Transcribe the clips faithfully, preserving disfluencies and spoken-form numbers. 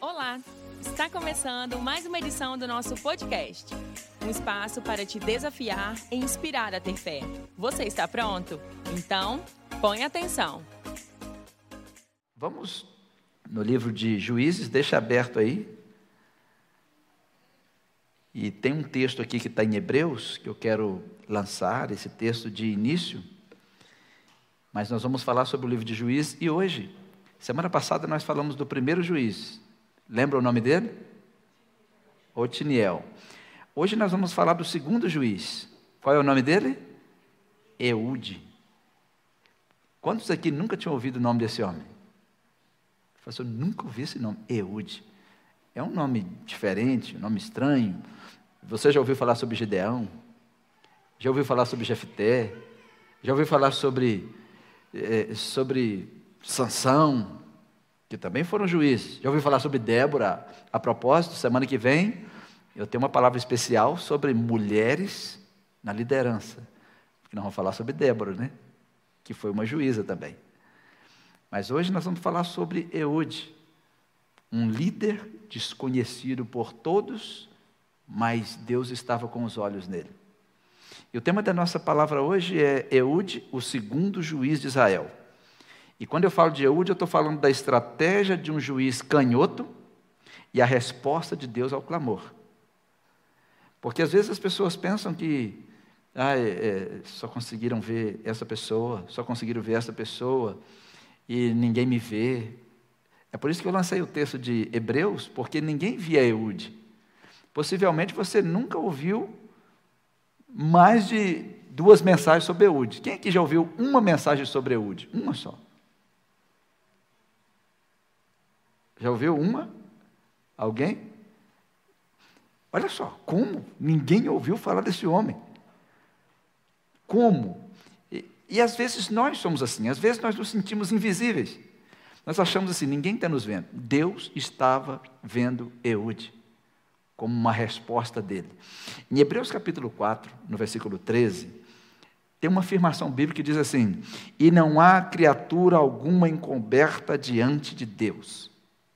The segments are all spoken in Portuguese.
Olá! Está começando mais uma edição do nosso podcast. Um espaço para te desafiar e inspirar a ter fé. Você está pronto? Então, põe atenção. Vamos no livro de Juízes, deixa aberto aí. E tem um texto aqui que está em Hebreus, que eu quero lançar, esse texto de início. Mas nós vamos falar sobre o livro de Juízes e hoje, semana passada nós falamos do primeiro juiz. Lembra o nome dele? Otiniel. Hoje nós vamos falar do segundo juiz. Qual é o nome dele? Eude. Quantos aqui nunca tinham ouvido o nome desse homem? Eu nunca ouvi esse nome, Eude. É um nome diferente, um nome estranho. Você já ouviu falar sobre Gideão? Já ouviu falar sobre Jefté? Já ouviu falar sobre, eh, sobre Sansão, que também foram juízes? Já ouviu falar sobre Débora? A propósito, semana que vem, eu tenho uma palavra especial sobre mulheres na liderança. Porque nós vamos falar sobre Débora, né? Que foi uma juíza também. Mas hoje nós vamos falar sobre Eude, um líder desconhecido por todos, mas Deus estava com os olhos nele. E o tema da nossa palavra hoje é Eude, o segundo juiz de Israel. E quando eu falo de Eude, eu estou falando da estratégia de um juiz canhoto e a resposta de Deus ao clamor. Porque às vezes as pessoas pensam que ah, é, é, só conseguiram ver essa pessoa, só conseguiram ver essa pessoa, e ninguém me vê. É por isso que eu lancei o texto de Hebreus, porque ninguém via Eude. Possivelmente você nunca ouviu mais de duas mensagens sobre Eude. Quem aqui já ouviu uma mensagem sobre Eude? Uma só. Já ouviu uma? Alguém? Olha só, como? Ninguém ouviu falar desse homem. Como? E, e às vezes nós somos assim, às vezes nós nos sentimos invisíveis. Nós achamos assim, ninguém está nos vendo. Deus estava vendo Eude, como uma resposta dele. Em Hebreus capítulo quatro, no versículo treze, tem uma afirmação bíblica que diz assim: e não há criatura alguma encoberta diante de Deus.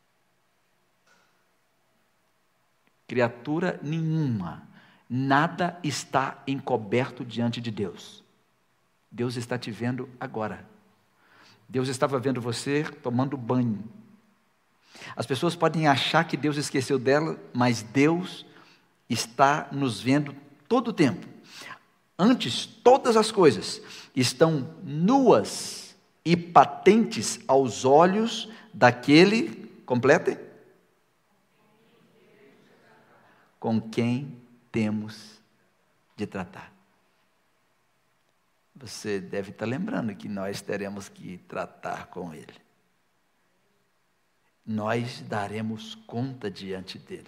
Criatura nenhuma, nada está encoberto diante de Deus. Deus está te vendo agora. Deus estava vendo você tomando banho. As pessoas podem achar que Deus esqueceu dela, mas Deus está nos vendo todo o tempo. Antes, todas as coisas estão nuas e patentes aos olhos daquele, completem, com quem temos de tratar. Você deve estar lembrando que nós teremos que tratar com Ele. Nós daremos conta diante dEle.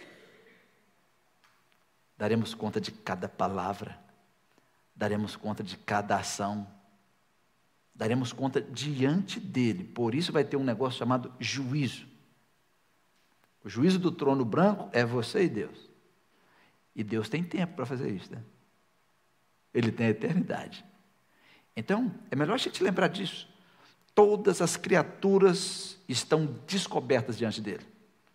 Daremos conta de cada palavra. Daremos conta de cada ação. Daremos conta diante dEle. Por isso vai ter um negócio chamado juízo. O juízo do trono branco é você e Deus. E Deus tem tempo para fazer isso, né? Ele tem a eternidade. Então, é melhor a gente lembrar disso. Todas as criaturas estão descobertas diante dele.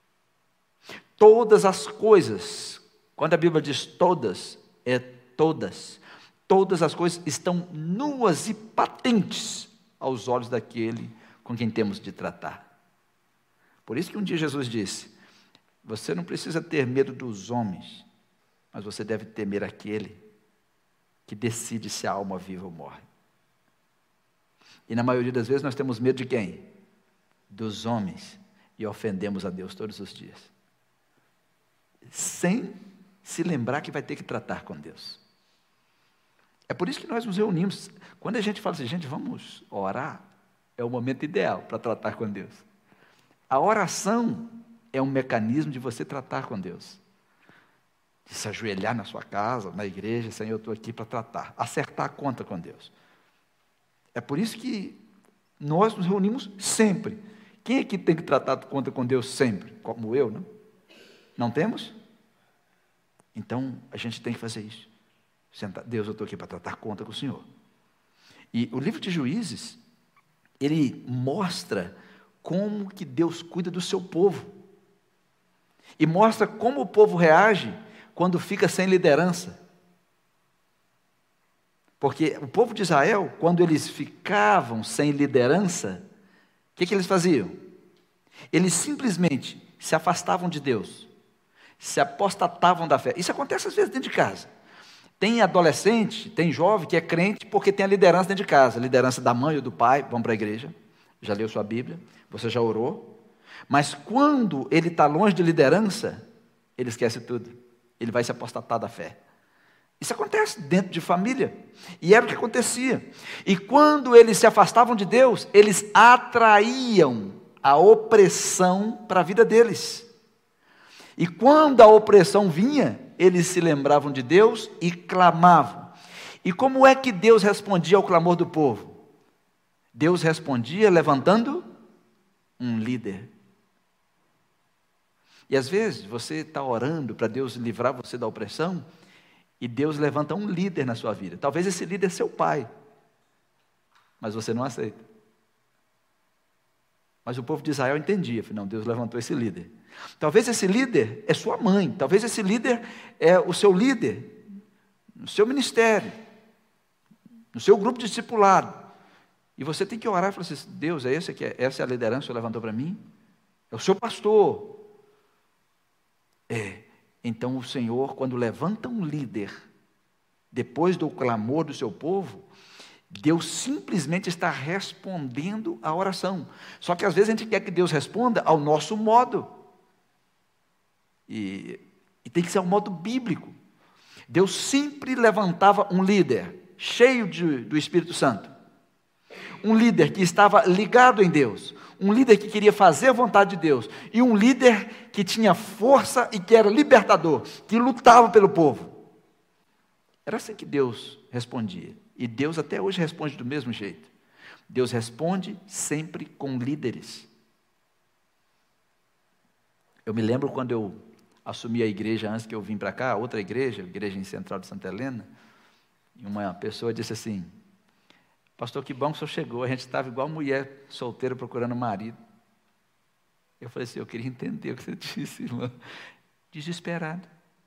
Todas as coisas, quando a Bíblia diz todas, é todas. Todas as coisas estão nuas e patentes aos olhos daquele com quem temos de tratar. Por isso que um dia Jesus disse: você não precisa ter medo dos homens, mas você deve temer aquele que decide se a alma vive ou morre. E na maioria das vezes nós temos medo de quem? Dos homens. E ofendemos a Deus todos os dias. Sem se lembrar que vai ter que tratar com Deus. É por isso que nós nos reunimos. Quando a gente fala assim, gente, vamos orar, é o momento ideal para tratar com Deus. A oração é um mecanismo de você tratar com Deus. De se ajoelhar na sua casa, na igreja, Senhor, eu estou aqui para tratar, acertar a conta com Deus. É por isso que nós nos reunimos sempre. Quem aqui tem que tratar a conta com Deus sempre? Como eu, não? Não temos? Então, a gente tem que fazer isso. Sentar, Deus, eu estou aqui para tratar conta com o Senhor. E o livro de Juízes, ele mostra como que Deus cuida do seu povo. E mostra como o povo reage quando fica sem liderança. Porque o povo de Israel, quando eles ficavam sem liderança, o que, que eles faziam? Eles simplesmente se afastavam de Deus, se apostatavam da fé. Isso acontece às vezes dentro de casa. Tem adolescente, tem jovem que é crente porque tem a liderança dentro de casa. A liderança da mãe ou do pai, vão para a igreja, já leu sua Bíblia, você já orou. Mas quando ele está longe de liderança, ele esquece tudo. Ele vai se apostatar da fé. Isso acontece dentro de família. E era o que acontecia. E quando eles se afastavam de Deus, eles atraíam a opressão para a vida deles. E quando a opressão vinha, eles se lembravam de Deus e clamavam. E como é que Deus respondia ao clamor do povo? Deus respondia levantando um líder. E às vezes você está orando para Deus livrar você da opressão, e Deus levanta um líder na sua vida. Talvez esse líder é seu pai, mas você não aceita. Mas o povo de Israel entendia, não, Deus levantou esse líder. Talvez esse líder é sua mãe, talvez esse líder é o seu líder, no seu ministério, no seu grupo de discipulado. E você tem que orar e falar assim, Deus, é esse que é, essa é a liderança que o Senhor levantou para mim? É o seu pastor. É. Então o Senhor, quando levanta um líder, depois do clamor do seu povo, Deus simplesmente está respondendo à oração. Só que às vezes a gente quer que Deus responda ao nosso modo. E, e tem que ser um modo bíblico. Deus sempre levantava um líder, cheio de, do Espírito Santo. Um líder que estava ligado em Deus. Um líder que queria fazer a vontade de Deus. E um líder que tinha força e que era libertador, que lutava pelo povo. Era assim que Deus respondia. E Deus até hoje responde do mesmo jeito. Deus responde sempre com líderes. Eu me lembro quando eu assumi a igreja, antes que eu vim para cá, outra igreja, a igreja em Central de Santa Helena, e uma pessoa disse assim, pastor, que bom que o senhor chegou, a gente estava igual mulher solteira procurando marido. Eu falei assim, eu queria entender o que você disse, irmã. Desesperada.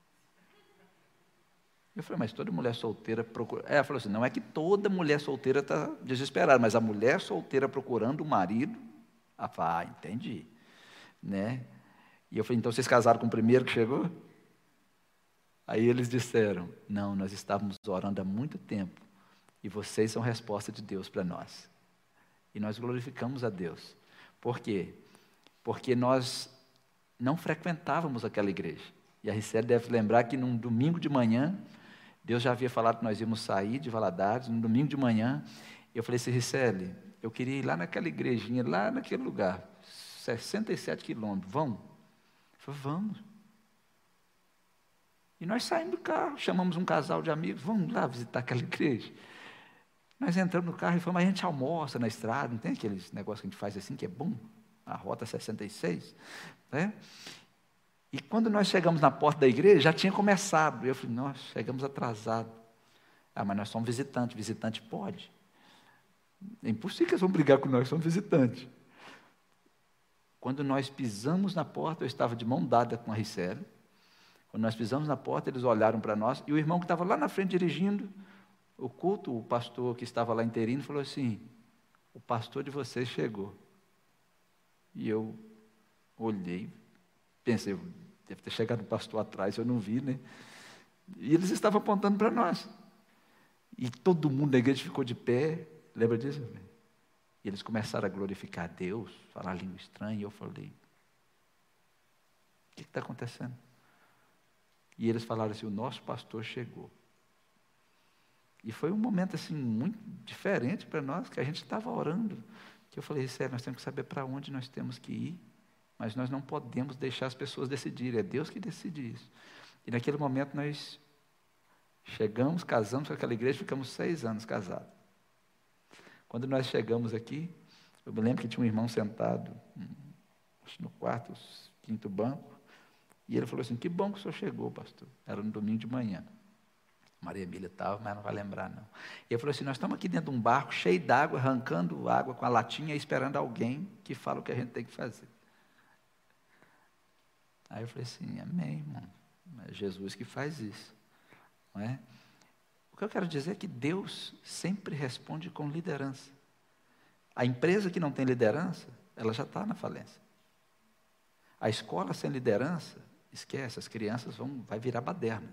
Eu falei, mas toda mulher solteira procura... Ela falou assim, não é que toda mulher solteira está desesperada, mas a mulher solteira procurando o marido... Ah, ah, entendi. Né? E eu falei, então vocês casaram com o primeiro que chegou? Aí eles disseram, não, nós estávamos orando há muito tempo, e vocês são resposta de Deus para nós. E nós glorificamos a Deus. Por quê? Porque nós não frequentávamos aquela igreja. E a Ricele deve lembrar que num domingo de manhã, Deus já havia falado que nós íamos sair de Valadares, no domingo de manhã, eu falei assim, Ricele, eu queria ir lá naquela igrejinha, lá naquele lugar, sessenta e sete quilômetros, vamos? Eu falei, vamos. E nós saímos do carro, chamamos um casal de amigos, vamos lá visitar aquela igreja. Nós entramos no carro e falamos, mas a gente almoça na estrada, não tem aqueles negócios que a gente faz assim, que é bom? A rota sessenta e seis, né? E quando nós chegamos na porta da igreja, já tinha começado. Eu falei, nós chegamos atrasados. Ah, mas nós somos visitantes, visitante pode. É impossível que eles vão brigar com nós, somos visitantes. Quando nós pisamos na porta, eu estava de mão dada com a Ricele. Quando nós pisamos na porta, eles olharam para nós, e o irmão que estava lá na frente dirigindo o culto, o pastor que estava lá interino, falou assim, o pastor de vocês chegou. E eu olhei, pensei, deve ter chegado um pastor atrás, eu não vi, né? E eles estavam apontando para nós. E todo mundo da igreja ficou de pé, lembra disso? E eles começaram a glorificar a Deus, falar língua estranha, e eu falei, o que está acontecendo? E eles falaram assim, o nosso pastor chegou. E foi um momento assim, muito diferente para nós, que a gente estava orando, que eu falei, sério, nós temos que saber para onde nós temos que ir, mas nós não podemos deixar as pessoas decidirem, é Deus que decide isso. E naquele momento nós chegamos, casamos com aquela igreja, ficamos seis anos casados. Quando nós chegamos aqui, eu me lembro que tinha um irmão sentado, no quarto, quinto banco, e ele falou assim, que bom que o senhor chegou, pastor. Era no domingo de manhã. Maria Emília estava, mas não vai lembrar, não. E ele falou assim, nós estamos aqui dentro de um barco cheio d'água, arrancando água com a latinha, esperando alguém que fala o que a gente tem que fazer. Aí eu falei assim, amém, irmão. É Jesus que faz isso. Não é? O que eu quero dizer é que Deus sempre responde com liderança. A empresa que não tem liderança, ela já está na falência. A escola sem liderança, esquece, as crianças vão vai virar baderna.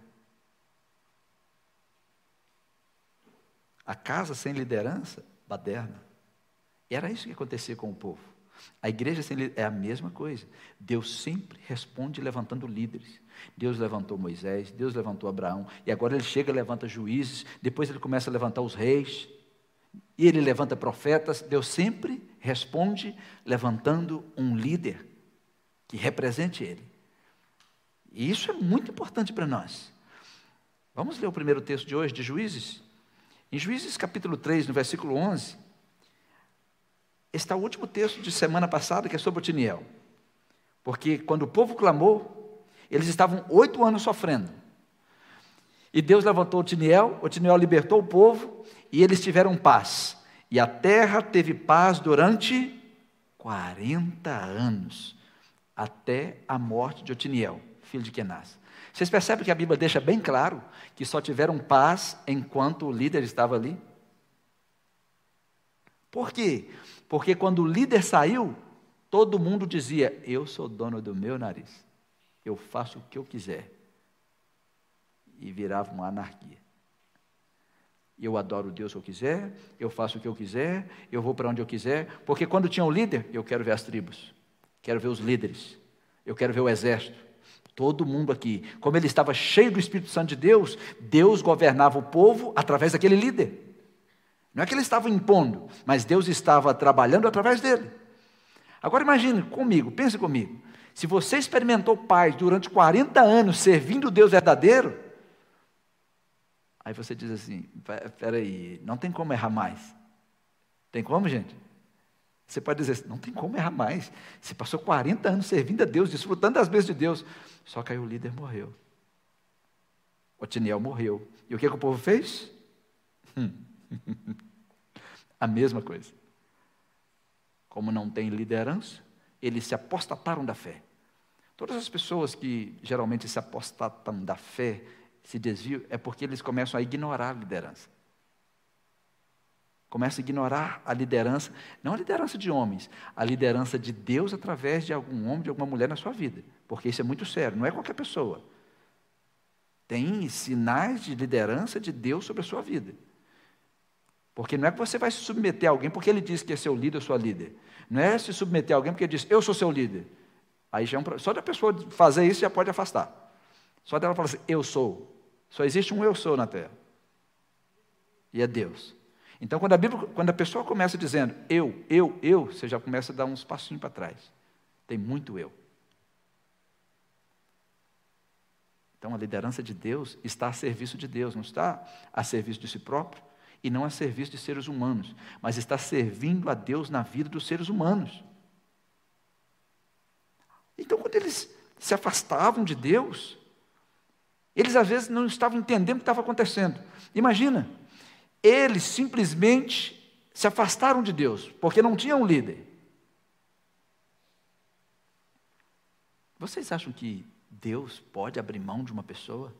A casa sem liderança, baderna. E era isso que acontecia com o povo. A igreja sem liderança é a mesma coisa. Deus sempre responde levantando líderes. Deus levantou Moisés, Deus levantou Abraão, e agora ele chega e levanta juízes, depois ele começa a levantar os reis, e ele levanta profetas. Deus sempre responde levantando um líder que represente ele. E isso é muito importante para nós. Vamos ler o primeiro texto de hoje, de Juízes? Em Juízes capítulo três, no versículo onze, está o último texto de semana passada, que é sobre Otiniel. Porque quando o povo clamou, eles estavam oito anos sofrendo. E Deus levantou Otiniel, Otiniel libertou o povo, e eles tiveram paz. E a terra teve paz durante quarenta anos, até a morte de Otiniel, filho de Kenaz. Vocês percebem que a Bíblia deixa bem claro que só tiveram paz enquanto o líder estava ali? Por quê? Porque quando o líder saiu, todo mundo dizia, eu sou dono do meu nariz, eu faço o que eu quiser. E virava uma anarquia. Eu adoro o Deus que eu quiser, eu faço o que eu quiser, eu vou para onde eu quiser, porque quando tinha um líder, eu quero ver as tribos, quero ver os líderes, eu quero ver o exército, todo mundo aqui. Como ele estava cheio do Espírito Santo de Deus, Deus governava o povo através daquele líder. Não é que ele estava impondo, mas Deus estava trabalhando através dele. Agora imagine comigo, pense comigo, se você experimentou paz durante quarenta anos servindo o Deus verdadeiro, aí você diz assim, espera aí, não tem como errar mais. Tem como, gente? Você pode dizer assim, não tem como errar mais. Você passou quarenta anos servindo a Deus, desfrutando das bênçãos de Deus. Só que aí o líder morreu. Otiniel morreu. E o que, que o povo fez? Hum. A mesma coisa. Como não tem liderança, eles se apostataram da fé. Todas as pessoas que geralmente se apostatam da fé, se desviam, é porque eles começam a ignorar a liderança. Começam a ignorar a liderança, não a liderança de homens, a liderança de Deus através de algum homem, de alguma mulher na sua vida. Porque isso é muito sério, não é qualquer pessoa. Tem sinais de liderança de Deus sobre a sua vida. Porque não é que você vai se submeter a alguém porque ele diz que é seu líder ou sua líder. Não é se submeter a alguém porque ele diz, eu sou seu líder. Aí já é um, só da pessoa fazer isso já pode afastar. Só dela falar assim, eu sou. Só existe um eu sou na terra. E é Deus. Então, quando a, Bíblia, quando a pessoa começa dizendo eu, eu, eu, você já começa a dar uns passinhos para trás. Tem muito eu. Então, a liderança de Deus está a serviço de Deus, não está a serviço de si próprio e não a serviço de seres humanos, mas está servindo a Deus na vida dos seres humanos. Então, quando eles se afastavam de Deus, eles às vezes não estavam entendendo o que estava acontecendo. Imagina, eles simplesmente se afastaram de Deus, porque não tinham um líder. Vocês acham que Deus pode abrir mão de uma pessoa?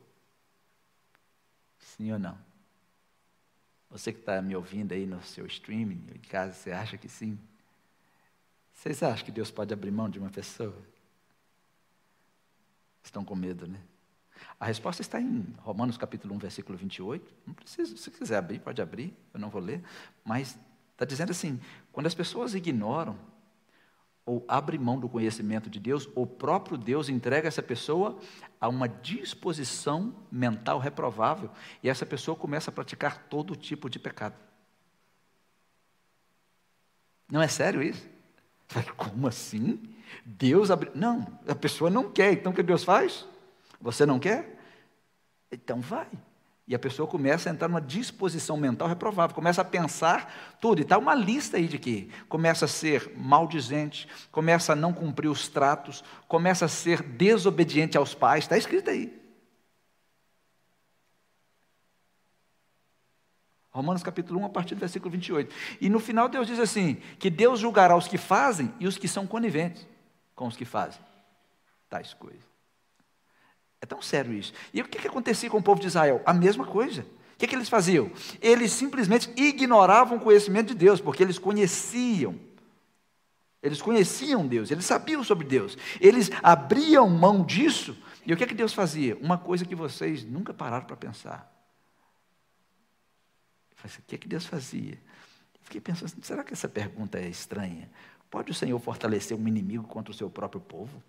Sim ou não? Você que está me ouvindo aí no seu streaming, em casa, você acha que sim? Vocês acham que Deus pode abrir mão de uma pessoa? Estão com medo, né? A resposta está em Romanos capítulo um, versículo vinte e oito. Não precisa, se quiser abrir, pode abrir, eu não vou ler. Mas está dizendo assim, quando as pessoas ignoram ou abrem mão do conhecimento de Deus, o próprio Deus entrega essa pessoa a uma disposição mental reprovável e essa pessoa começa a praticar todo tipo de pecado. Não é sério isso? Como assim? Deus abre... Não, a pessoa não quer, então o que Deus faz? Você não quer? Então vai. E a pessoa começa a entrar numa disposição mental reprovável, começa a pensar tudo. E está uma lista aí de quê? Começa a ser maldizente, começa a não cumprir os tratos, começa a ser desobediente aos pais. Está escrito aí. Romanos capítulo um, a partir do versículo vinte e oito. E no final Deus diz assim, que Deus julgará os que fazem e os que são coniventes com os que fazem. tais coisas. É tão sério isso. E o que, que acontecia com o povo de Israel? A mesma coisa. O que, que eles faziam? Eles simplesmente ignoravam o conhecimento de Deus, porque eles conheciam. Eles conheciam Deus, eles sabiam sobre Deus. Eles abriam mão disso. E o que, que Deus fazia? Uma coisa que vocês nunca pararam para pensar. O que, que Deus fazia? Eu fiquei pensando, será que essa pergunta é estranha? Pode o Senhor fortalecer um inimigo contra o seu próprio povo?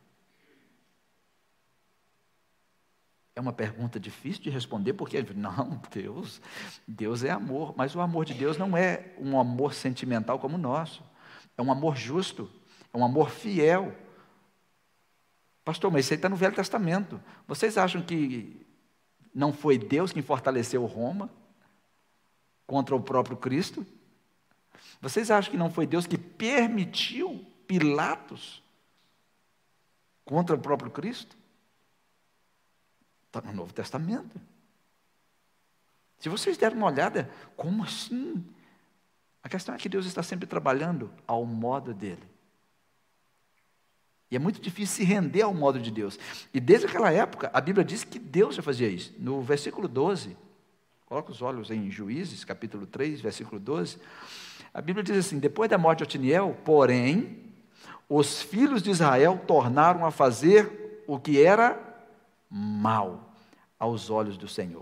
É uma pergunta difícil de responder, porque, não, Deus, Deus é amor, mas o amor de Deus não é um amor sentimental como o nosso, é um amor justo, é um amor fiel. Pastor, mas isso aí está no Velho Testamento. Vocês acham que não foi Deus quem fortaleceu Roma contra o próprio Cristo? Vocês acham que não foi Deus que permitiu Pilatos contra o próprio Cristo? Está no Novo Testamento. Se vocês derem uma olhada, como assim? A questão é que Deus está sempre trabalhando ao modo dele. E é muito difícil se render ao modo de Deus. E desde aquela época, a Bíblia diz que Deus já fazia isso. No versículo doze, coloca os olhos em Juízes, capítulo três, versículo doze. A Bíblia diz assim: depois da morte de Otiniel, porém, os filhos de Israel tornaram a fazer o que era mal aos olhos do Senhor.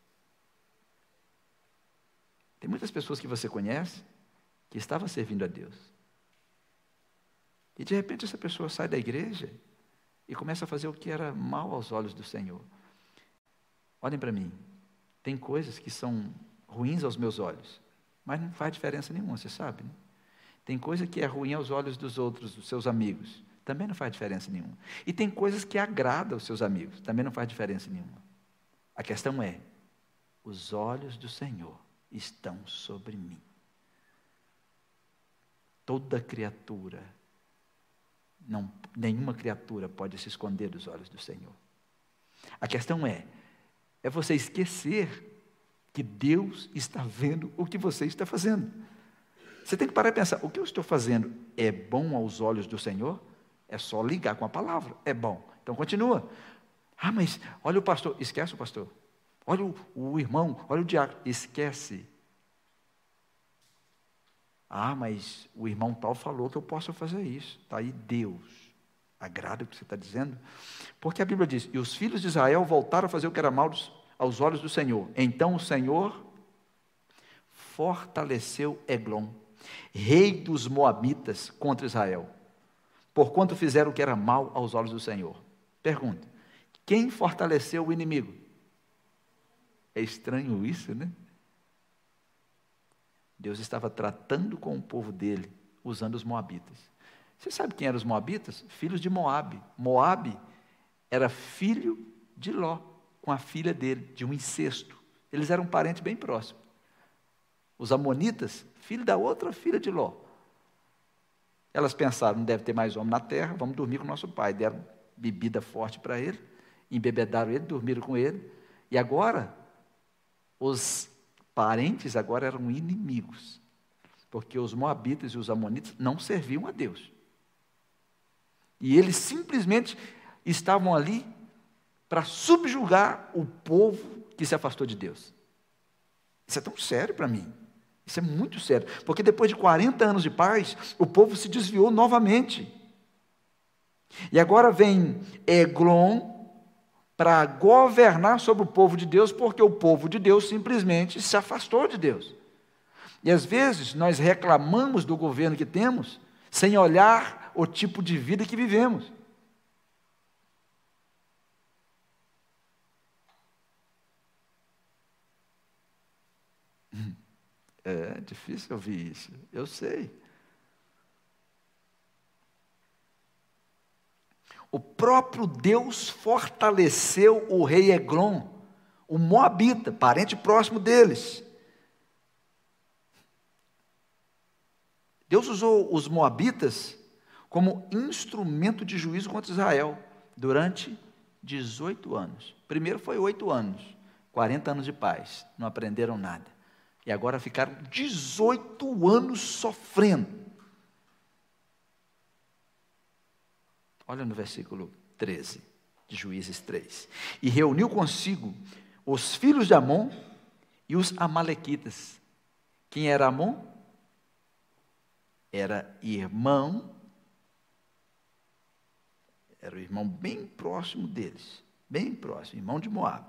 Tem muitas pessoas que você conhece que estavam servindo a Deus. E de repente essa pessoa sai da igreja e começa a fazer o que era mal aos olhos do Senhor. Olhem para mim, tem coisas que são ruins aos meus olhos, mas não faz diferença nenhuma, você sabe, né? Tem coisa que é ruim aos olhos dos outros, dos seus amigos, também não faz diferença nenhuma. E tem coisas que agradam os seus amigos, também não faz diferença nenhuma. A questão é, os olhos do Senhor estão sobre mim. Toda criatura, não, nenhuma criatura pode se esconder dos olhos do Senhor. A questão é, é você esquecer que Deus está vendo o que você está fazendo. Você tem que parar e pensar, o que eu estou fazendo é bom aos olhos do Senhor? É só ligar com a palavra, é bom. Então continua. Ah, mas olha o pastor, esquece o pastor. Olha o, o irmão, olha o diácono, esquece. Ah, mas o irmão tal falou que eu posso fazer isso. Está aí Deus. Agrada o que você está dizendo? Porque a Bíblia diz, e os filhos de Israel voltaram a fazer o que era mal aos olhos do Senhor. Então o Senhor fortaleceu Eglon, rei dos Moabitas, contra Israel, porquanto fizeram o que era mal aos olhos do Senhor. Pergunta, quem fortaleceu o inimigo? É estranho isso, né? Deus estava tratando com o povo dele, usando os Moabitas. Você sabe quem eram os Moabitas? Filhos de Moabe. Moabe era filho de Ló, com a filha dele, de um incesto. Eles eram parentes bem próximos. Os amonitas, filho da outra filha de Ló. Elas pensaram, não deve ter mais homem na terra, vamos dormir com nosso pai. Deram bebida forte para ele, embebedaram ele, dormiram com ele. E agora, os parentes agora eram inimigos, porque os moabitas e os amonitas não serviam a Deus. E eles simplesmente estavam ali para subjugar o povo que se afastou de Deus. Isso é tão sério para mim. Isso é muito sério, porque depois de quarenta anos de paz, o povo se desviou novamente. E agora vem Eglon para governar sobre o povo de Deus, porque o povo de Deus simplesmente se afastou de Deus. E às vezes nós reclamamos do governo que temos, sem olhar o tipo de vida que vivemos. É difícil ouvir isso, eu sei. O próprio Deus fortaleceu o rei Eglon, o Moabita, parente próximo deles. Deus usou os Moabitas como instrumento de juízo contra Israel durante dezoito anos. Primeiro foi oito anos, quarenta anos de paz, não aprenderam nada. E agora ficaram dezoito anos sofrendo. Olha no versículo treze, de Juízes três. E reuniu consigo os filhos de Amon e os amalequitas. Quem era Amon? Era irmão, era o irmão bem próximo deles, bem próximo, irmão de Moabe.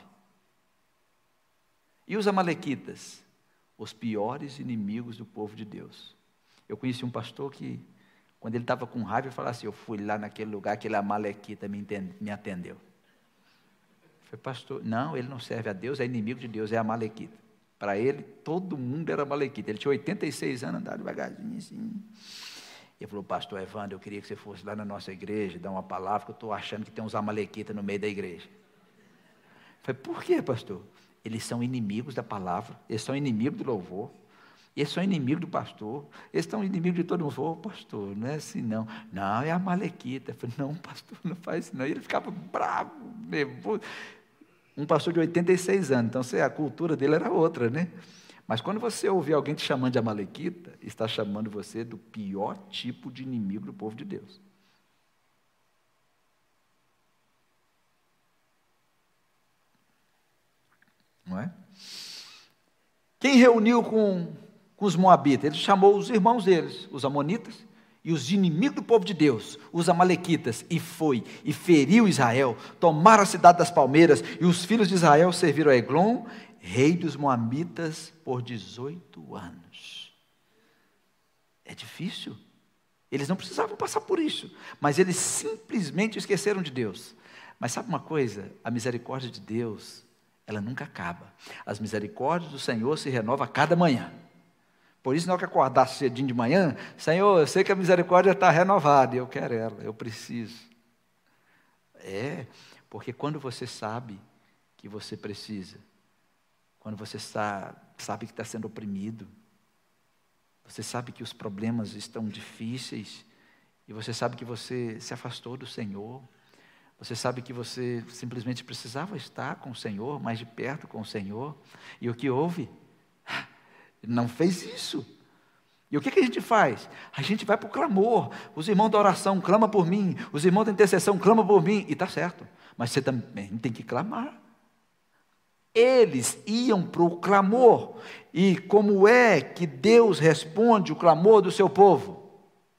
E os amalequitas? Os piores inimigos do povo de Deus. Eu conheci um pastor que, quando ele estava com raiva, ele falava assim: eu fui lá naquele lugar, aquele amalequita me, entende, me atendeu. Eu falei: pastor, não, ele não serve a Deus, é inimigo de Deus, é amalequita. Para ele, todo mundo era amalequita. Ele tinha oitenta e seis anos, andava devagarzinho assim. Ele falou: pastor Evandro, eu queria que você fosse lá na nossa igreja, dar uma palavra, que eu estou achando que tem uns amalequitas no meio da igreja. Eu falei: por quê, pastor? Eles são inimigos da palavra, eles são inimigos do louvor, eles são inimigos do pastor, eles são inimigos de todo mundo. Ô, pastor, não é assim não. Não, é a malequita. Eu falei: não, pastor, não faz isso não. E ele ficava bravo, nervoso. Um pastor de oitenta e seis anos, então a cultura dele era outra, né? Mas quando você ouvir alguém te chamando de amalequita, está chamando você do pior tipo de inimigo do povo de Deus. Não é? Quem reuniu com, com os moabitas? Ele chamou os irmãos deles, os amonitas, e os inimigos do povo de Deus, os amalequitas, e foi, e feriu Israel, tomaram a cidade das palmeiras, e os filhos de Israel serviram a Eglon, rei dos moabitas, por dezoito anos. É difícil. Eles não precisavam passar por isso, mas eles simplesmente esqueceram de Deus. Mas sabe uma coisa? A misericórdia de Deus, ela nunca acaba. As misericórdias do Senhor se renovam a cada manhã. Por isso, na hora que acordar cedinho de manhã, Senhor, eu sei que a misericórdia está renovada, e eu quero ela, eu preciso. É, porque quando você sabe que você precisa, quando você sabe, sabe que está sendo oprimido, você sabe que os problemas estão difíceis, e você sabe que você se afastou do Senhor, você sabe que você simplesmente precisava estar com o Senhor, mais de perto com o Senhor, e o que houve? Não fez isso. E o que, que a gente faz? A gente vai para o clamor. Os irmãos da oração clamam por mim, os irmãos da intercessão clamam por mim, e está certo, mas você também tem que clamar. Eles iam para o clamor. E como é que Deus responde o clamor do seu povo?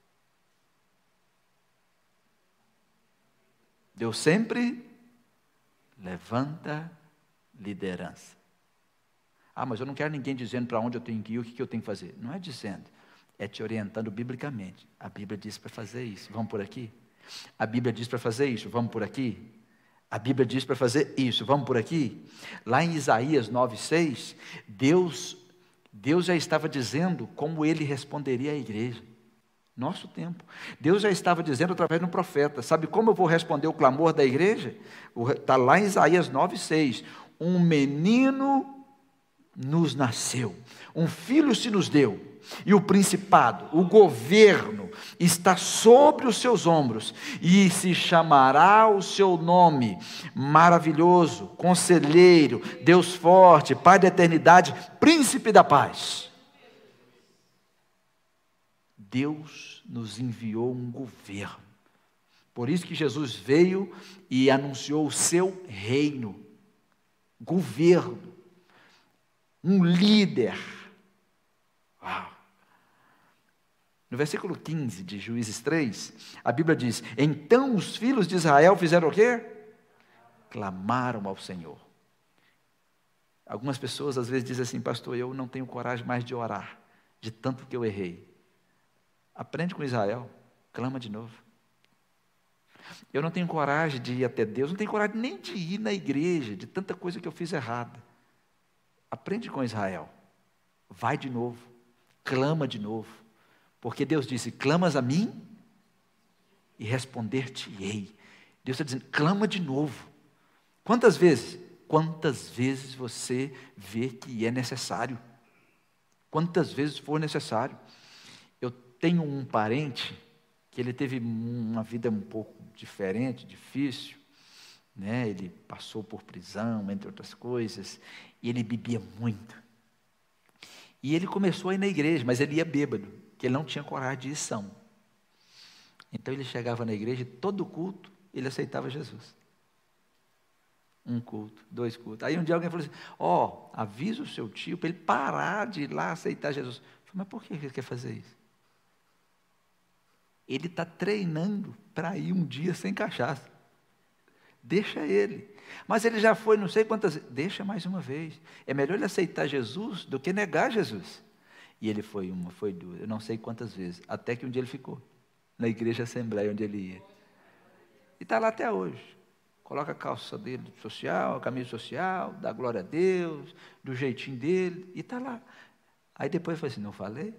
Deus sempre levanta liderança. Ah, mas eu não quero ninguém dizendo para onde eu tenho que ir, o que, que eu tenho que fazer. Não é dizendo, é te orientando biblicamente. A Bíblia diz para fazer isso, vamos por aqui. A Bíblia diz para fazer isso, vamos por aqui. A Bíblia diz para fazer isso, vamos por aqui. Lá em Isaías nove, seis, Deus, Deus já estava dizendo como Ele responderia à igreja. Nosso tempo. Deus já estava dizendo através de um profeta. Sabe como eu vou responder o clamor da igreja? Está lá em Isaías nove, seis. Um menino nos nasceu, um filho se nos deu, e o principado, o governo, está sobre os seus ombros, e se chamará o seu nome, maravilhoso, conselheiro, Deus forte, Pai da eternidade, príncipe da paz. Deus nos enviou um governo, por isso que Jesus veio e anunciou o seu reino, governo, um líder. Uau. No versículo quinze de Juízes três, a Bíblia diz: então os filhos de Israel fizeram o quê? Clamaram ao Senhor. Algumas pessoas às vezes dizem assim: pastor, eu não tenho coragem mais de orar, de tanto que eu errei. Aprende com Israel, clama de novo. Eu não tenho coragem de ir até Deus, não tenho coragem nem de ir na igreja, de tanta coisa que eu fiz errada. Aprende com Israel, vai de novo, clama de novo, porque Deus disse: clamas a mim e responder-te-ei. Deus está dizendo: clama de novo. Quantas vezes? Quantas vezes você vê que é necessário, quantas vezes for necessário. Eu tenho um parente que ele teve uma vida um pouco diferente, difícil, né? Ele passou por prisão, entre outras coisas, e ele bebia muito. E ele começou a ir na igreja, mas ele ia bêbado, porque ele não tinha coragem de ir são. Então ele chegava na igreja e todo culto ele aceitava Jesus. Um culto, dois cultos. Aí um dia alguém falou assim, ó, oh, avisa o seu tio para ele parar de ir lá aceitar Jesus. Eu falei, mas por que ele quer fazer isso? Ele está treinando para ir um dia sem cachaça. Deixa ele. Mas ele já foi não sei quantas vezes. Deixa mais uma vez. É melhor ele aceitar Jesus do que negar Jesus. E ele foi uma, foi duas, eu não sei quantas vezes. Até que um dia ele ficou na igreja Assembleia onde ele ia. E está lá até hoje. Coloca a calça dele social, a camisa social, dá glória a Deus, do jeitinho dele, e está lá. Aí depois eu falei assim, não falei?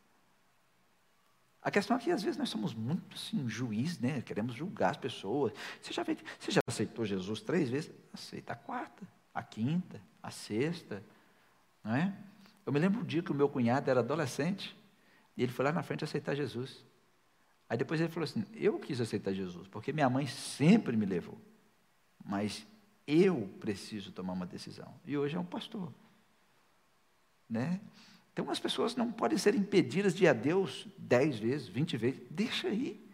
A questão é que às vezes nós somos muito assim, juiz, né? Queremos julgar as pessoas. Você já, veio, você já aceitou Jesus três vezes? Aceita a quarta, a quinta, a sexta, não é? Eu me lembro um dia que o meu cunhado era adolescente, e ele foi lá na frente aceitar Jesus. Aí depois ele falou assim, eu quis aceitar Jesus, porque minha mãe sempre me levou. Mas eu preciso tomar uma decisão. E hoje é um pastor. Né? Então as pessoas não podem ser impedidas de ir a Deus dez vezes, vinte vezes. Deixa aí.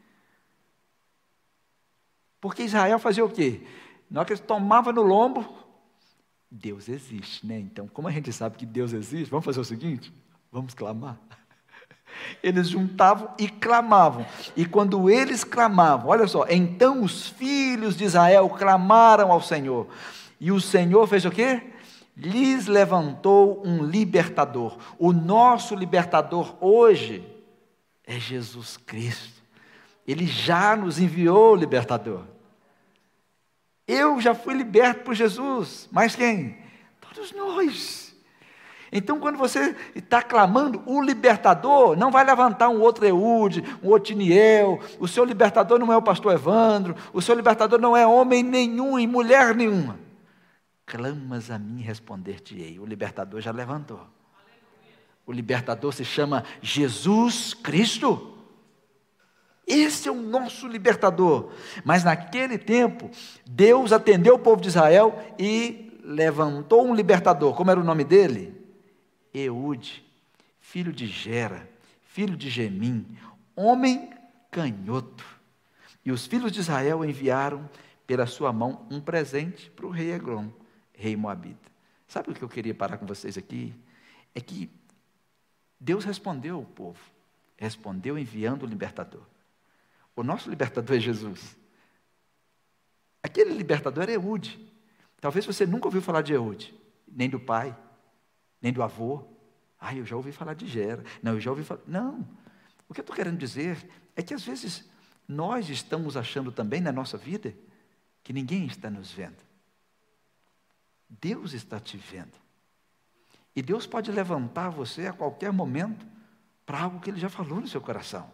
Porque Israel fazia o quê? Na hora que eles tomavam no lombo, Deus existe, né? Então, como a gente sabe que Deus existe, vamos fazer o seguinte? Vamos clamar. Eles juntavam e clamavam. E quando eles clamavam, olha só, então os filhos de Israel clamaram ao Senhor. E o Senhor fez o quê? Lhes levantou um libertador. O nosso libertador hoje é Jesus Cristo. Ele já nos enviou o libertador. Eu já fui liberto por Jesus. Mas quem? Todos nós. Então, quando você está clamando, o libertador não vai levantar um outro Eude, um Otiniel, o seu libertador não é o pastor Evandro, o seu libertador não é homem nenhum e mulher nenhuma. Clamas a mim e responder-te-ei. O libertador já levantou. O libertador se chama Jesus Cristo. Esse é o nosso libertador. Mas naquele tempo, Deus atendeu o povo de Israel e levantou um libertador. Como era o nome dele? Eude, filho de Gera, filho de Gemim, homem canhoto. E os filhos de Israel enviaram pela sua mão um presente para o rei Eglon, rei moabita. Sabe o que eu queria parar com vocês aqui? É que Deus respondeu ao povo, respondeu enviando o libertador. O nosso libertador é Jesus. Aquele libertador era Eude. Talvez você nunca ouviu falar de Eude, nem do pai, nem do avô. Ah, eu já ouvi falar de Gera. Não, eu já ouvi falar... Não. O que eu estou querendo dizer é que às vezes nós estamos achando também na nossa vida que ninguém está nos vendo. Deus está te vendo. E Deus pode levantar você a qualquer momento para algo que Ele já falou no seu coração.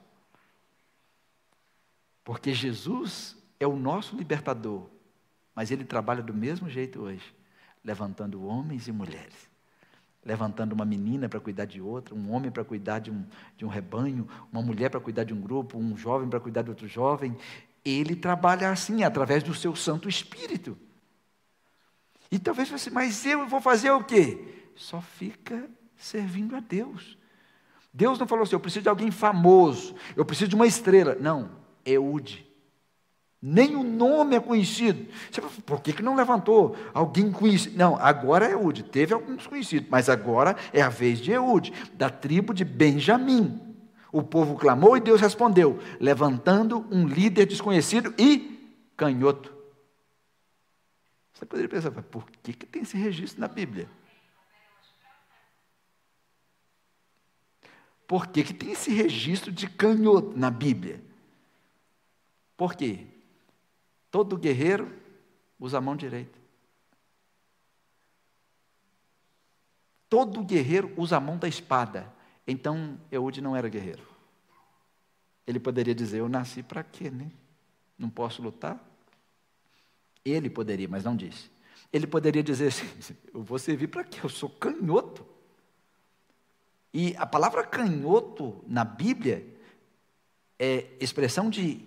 Porque Jesus é o nosso libertador, mas Ele trabalha do mesmo jeito hoje, levantando homens e mulheres. Levantando uma menina para cuidar de outra, um homem para cuidar de um, de um rebanho, uma mulher para cuidar de um grupo, um jovem para cuidar de outro jovem. Ele trabalha assim, através do seu Santo Espírito. E talvez você, mas eu vou fazer o quê? Só fica servindo a Deus. Deus não falou assim, eu preciso de alguém famoso, eu preciso de uma estrela. Não, Eude. Nem o nome é conhecido. Você fala, por que, que não levantou alguém conhecido? Não, agora é Eude. Teve alguns conhecidos, mas agora é a vez de Eude, da tribo de Benjamim. O povo clamou e Deus respondeu, levantando um líder desconhecido e canhoto. Você poderia pensar, por que, que tem esse registro na Bíblia? Por que, que tem esse registro de canhoto na Bíblia? Por quê? Todo guerreiro usa a mão direita. Todo guerreiro usa a mão da espada. Então, Eude não era guerreiro. Ele poderia dizer, eu nasci para quê, né? Não posso lutar? Ele poderia, mas não disse. Ele poderia dizer assim, eu vou servir para quê? Eu sou canhoto. E a palavra canhoto na Bíblia é expressão de...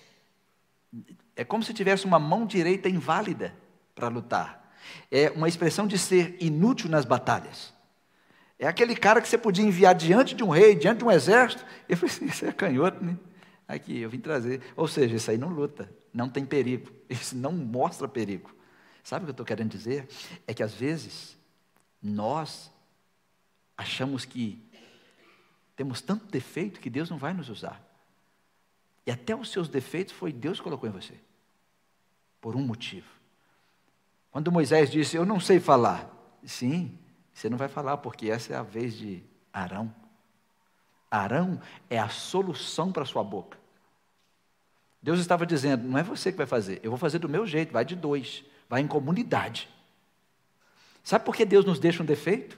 É como se tivesse uma mão direita inválida para lutar. É uma expressão de ser inútil nas batalhas. É aquele cara que você podia enviar diante de um rei, diante de um exército. Eu falei assim, isso é canhoto, né? aqui, eu vim trazer. Ou seja, isso aí não luta, não tem perigo, isso não mostra perigo. Sabe o que eu estou querendo dizer? É que às vezes, nós achamos que temos tanto defeito que Deus não vai nos usar. E até os seus defeitos foi Deus que colocou em você. Por um motivo. Quando Moisés disse, eu não sei falar. Sim, você não vai falar, porque essa é a vez de Arão. Arão é a solução para a sua boca. Deus estava dizendo, não é você que vai fazer, eu vou fazer do meu jeito, vai de dois, vai em comunidade. Sabe por que Deus nos deixa um defeito?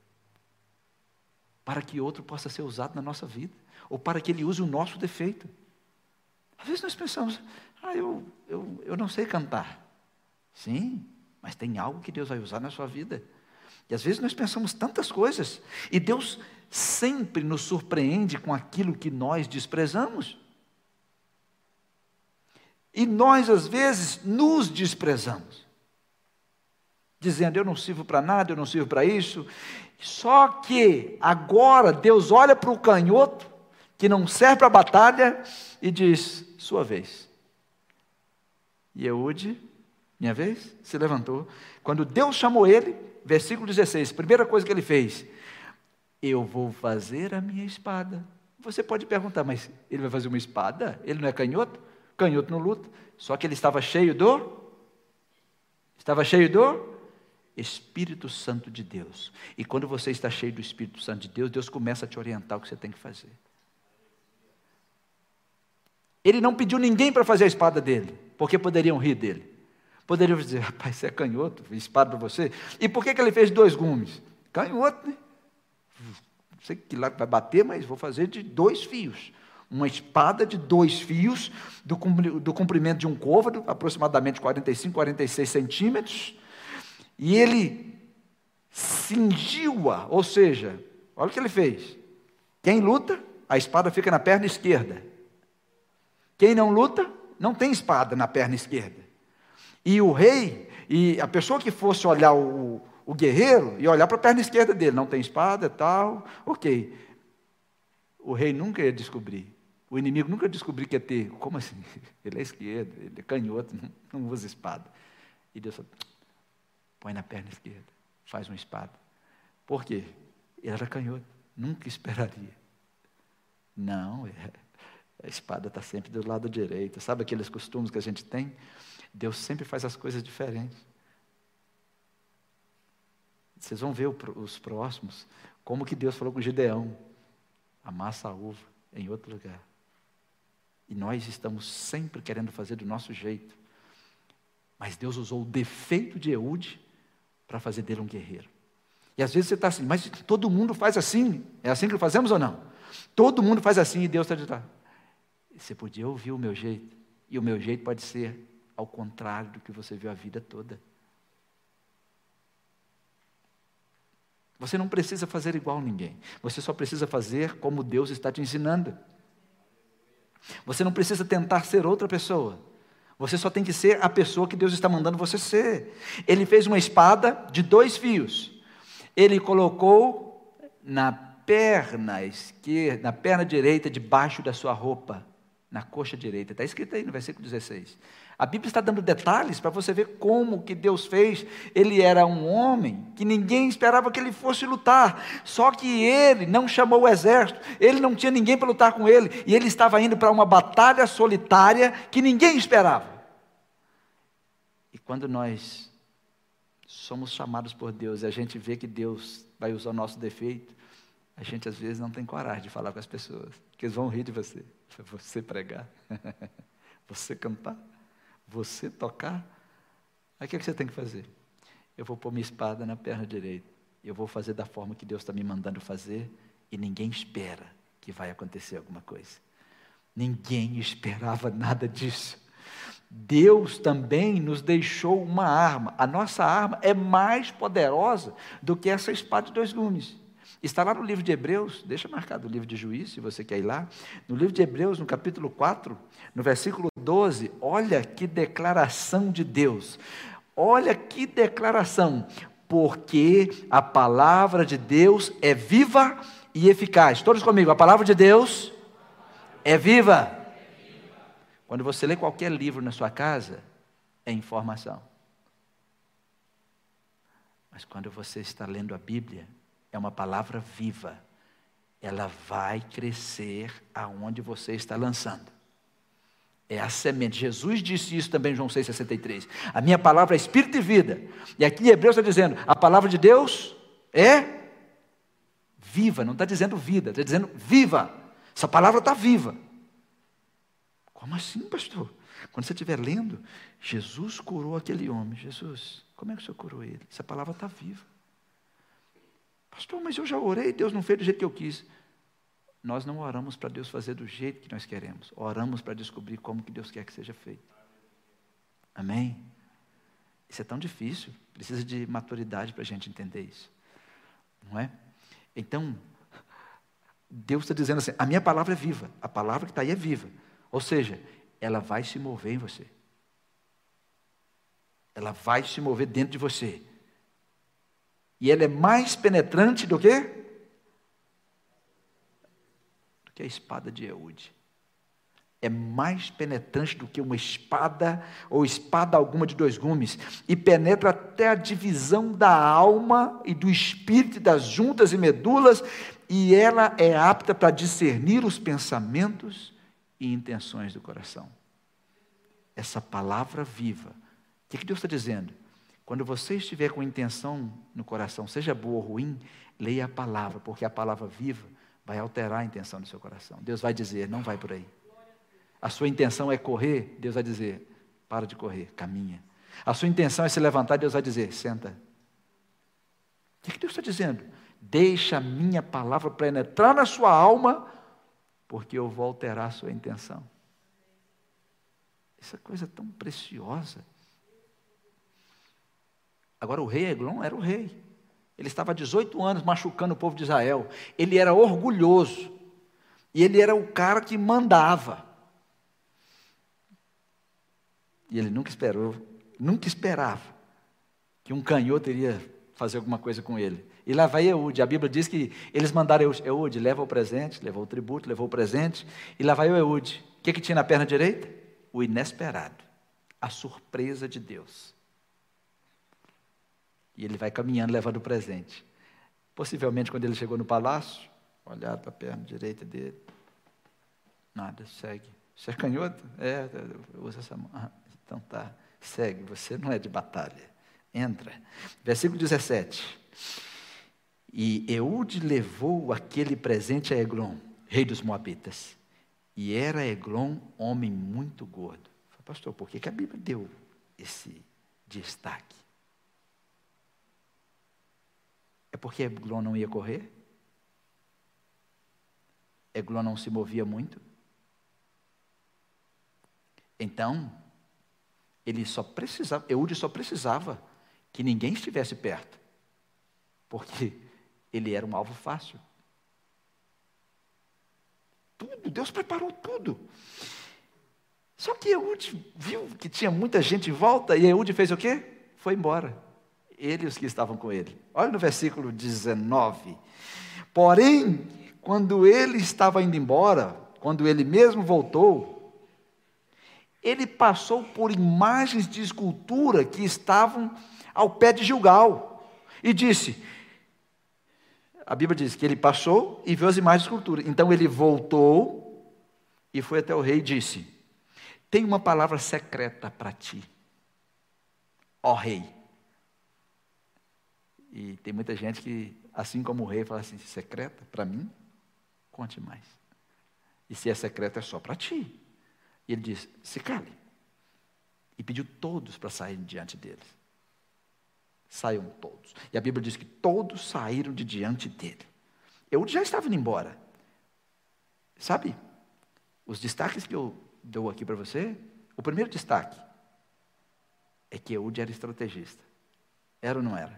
Para que outro possa ser usado na nossa vida, ou para que Ele use o nosso defeito. Às vezes nós pensamos, ah, eu, eu, eu não sei cantar. Sim, mas tem algo que Deus vai usar na sua vida. E às vezes nós pensamos tantas coisas, e Deus sempre nos surpreende com aquilo que nós desprezamos. E nós às vezes nos desprezamos, dizendo, eu não sirvo para nada, eu não sirvo para isso. Só que agora Deus olha para o canhoto, que não serve para a batalha, e diz, sua vez. E Eude, minha vez, se levantou. Quando Deus chamou ele, versículo dezesseis, primeira coisa que ele fez, eu vou fazer a minha espada. Você pode perguntar, mas ele vai fazer uma espada? Ele não é canhoto? Canhoto não luta. Só que ele estava cheio do... Estava cheio do... Espírito Santo de Deus. E quando você está cheio do Espírito Santo de Deus, Deus começa a te orientar o que você tem que fazer. Ele não pediu ninguém para fazer a espada dele, porque poderiam rir dele. Poderiam dizer, rapaz, você é canhoto, espada para você. E por que, que ele fez dois gumes? Canhoto, né? Não sei que lá vai bater, mas vou fazer de dois fios. Uma espada de dois fios, do comprimento de um côvado, aproximadamente quarenta e cinco, quarenta e seis centímetros. E ele cingiu-a, ou seja, olha o que ele fez. Quem luta, a espada fica na perna esquerda. Quem não luta, não tem espada na perna esquerda. E o rei, e a pessoa que fosse olhar o, o guerreiro, ia olhar para a perna esquerda dele, não tem espada, tal, ok. O rei nunca ia descobrir, o inimigo nunca ia descobrir que ia ter, como assim? Ele é esquerdo, ele é canhoto, não, não usa espada. E Deus falou, põe na perna esquerda, faz uma espada. Por quê? Ele era canhoto, nunca esperaria. Não, a espada está sempre do lado direito. Sabe aqueles costumes que a gente tem? Deus sempre faz as coisas diferentes. Vocês vão ver os próximos, como que Deus falou com Gideão, amassa a uva em outro lugar. E nós estamos sempre querendo fazer do nosso jeito. Mas Deus usou o defeito de Eude para fazer dele um guerreiro. E às vezes você está assim, mas todo mundo faz assim? É assim que fazemos ou não? Todo mundo faz assim e Deus está dizendo, você podia ouvir o meu jeito, e o meu jeito pode ser ao contrário do que você viu a vida toda. Você não precisa fazer igual a ninguém, você só precisa fazer como Deus está te ensinando. Você não precisa tentar ser outra pessoa, você só tem que ser a pessoa que Deus está mandando você ser. Ele fez uma espada de dois fios, ele colocou na perna esquerda, na perna direita, debaixo da sua roupa, na coxa direita, está escrito aí no versículo dezesseis. A Bíblia está dando detalhes para você ver como que Deus fez. Ele era um homem que ninguém esperava que ele fosse lutar, só que ele não chamou o exército, ele não tinha ninguém para lutar com ele, e ele estava indo para uma batalha solitária que ninguém esperava. E quando nós somos chamados por Deus, e a gente vê que Deus vai usar o nosso defeito, a gente às vezes não tem coragem de falar com as pessoas, porque eles vão rir de você. Você pregar, você cantar, você tocar. Aí o que, é que você tem que fazer? Eu vou pôr minha espada na perna direita, eu vou fazer da forma que Deus está me mandando fazer, e ninguém espera que vai acontecer alguma coisa. Ninguém esperava nada disso. Deus também nos deixou uma arma. A nossa arma é mais poderosa do que essa espada de dois gumes. Está lá no livro de Hebreus, deixa marcado o livro de Juízes, se você quer ir lá. No livro de Hebreus, no capítulo quatro, no versículo doze, olha que declaração de Deus. Olha que declaração. Porque a palavra de Deus é viva e eficaz. Todos comigo, a palavra de Deus é viva Quando você lê qualquer livro na sua casa, é informação. Mas quando você está lendo a Bíblia, é uma palavra viva. Ela vai crescer aonde você está lançando. É a semente. Jesus disse isso também em João seis, sessenta e três. A minha palavra é espírito e vida. E aqui Hebreus está dizendo, a palavra de Deus é viva. Não está dizendo vida, está dizendo viva. Essa palavra está viva. Como assim, pastor? Quando você estiver lendo, Jesus curou aquele homem. Jesus, como é que o Senhor curou ele? Essa palavra está viva. Pastor, mas eu já orei, Deus não fez do jeito que eu quis. Nós não oramos para Deus fazer do jeito que nós queremos. Oramos para descobrir como que Deus quer que seja feito. Amém? Isso é tão difícil. Precisa de maturidade para a gente entender isso. Não é? Então, Deus está dizendo assim, a minha palavra é viva. A palavra que está aí é viva. Ou seja, ela vai se mover em você. Ela vai se mover dentro de você. E ela é mais penetrante do que? Do que a espada de Eude. É mais penetrante do que uma espada, ou espada alguma de dois gumes, e penetra até a divisão da alma e do espírito, das juntas e medulas, e ela é apta para discernir os pensamentos e intenções do coração. Essa palavra viva. O que, que Deus está dizendo? Quando você estiver com intenção no coração, seja boa ou ruim, leia a palavra, porque a palavra viva vai alterar a intenção do seu coração. Deus vai dizer, não vai por aí. A sua intenção é correr, Deus vai dizer, para de correr, caminha. A sua intenção é se levantar, Deus vai dizer, senta. O que, que Deus está dizendo? Deixa a minha palavra penetrar na sua alma, porque eu vou alterar a sua intenção. Essa coisa tão preciosa. Agora o rei Eglon era o rei. Ele estava há dezoito anos machucando o povo de Israel. Ele era orgulhoso. E ele era o cara que mandava. E ele nunca esperou, nunca esperava que um canhoto iria fazer alguma coisa com ele. E lá vai Eude. A Bíblia diz que eles mandaram Eude, leva o presente, levou o tributo, levou o presente. E lá vai o Eude. O que, que tinha na perna direita? O inesperado. A surpresa de Deus. E ele vai caminhando, levando o presente. Possivelmente, quando ele chegou no palácio, olhar para a perna direita dele. Nada, segue. Você é canhoto? É, usa essa mão. Ah, então tá, segue. Você não é de batalha. Entra. Versículo dezessete. E Eude levou aquele presente a Eglon, rei dos Moabitas. E era Eglon homem muito gordo. Falei, pastor, por que, que a Bíblia deu esse destaque? É porque Eglon não ia correr? Eglon não se movia muito? Então, ele só precisava, Eude só precisava que ninguém estivesse perto, porque ele era um alvo fácil. Tudo, Deus preparou tudo. Só que Eude viu que tinha muita gente em volta, e Eude fez o quê? Foi embora. Ele e os que estavam com ele. Olha no versículo dezenove. Porém, quando ele estava indo embora, quando ele mesmo voltou, ele passou por imagens de escultura que estavam ao pé de Gilgal. E disse, a Bíblia diz que ele passou e viu as imagens de escultura. Então ele voltou e foi até o rei e disse, tem uma palavra secreta para ti, ó rei. E tem muita gente que, assim como o rei, fala assim, secreta para mim? Conte mais. E se é secreta, é só para ti. E ele diz, se cale. E pediu todos para saírem diante deles. Saiam todos. E a Bíblia diz que todos saíram de diante dele. Eu já estava indo embora. Sabe, os destaques que eu dou aqui para você, o primeiro destaque é que Eude era estrategista. Era ou não era?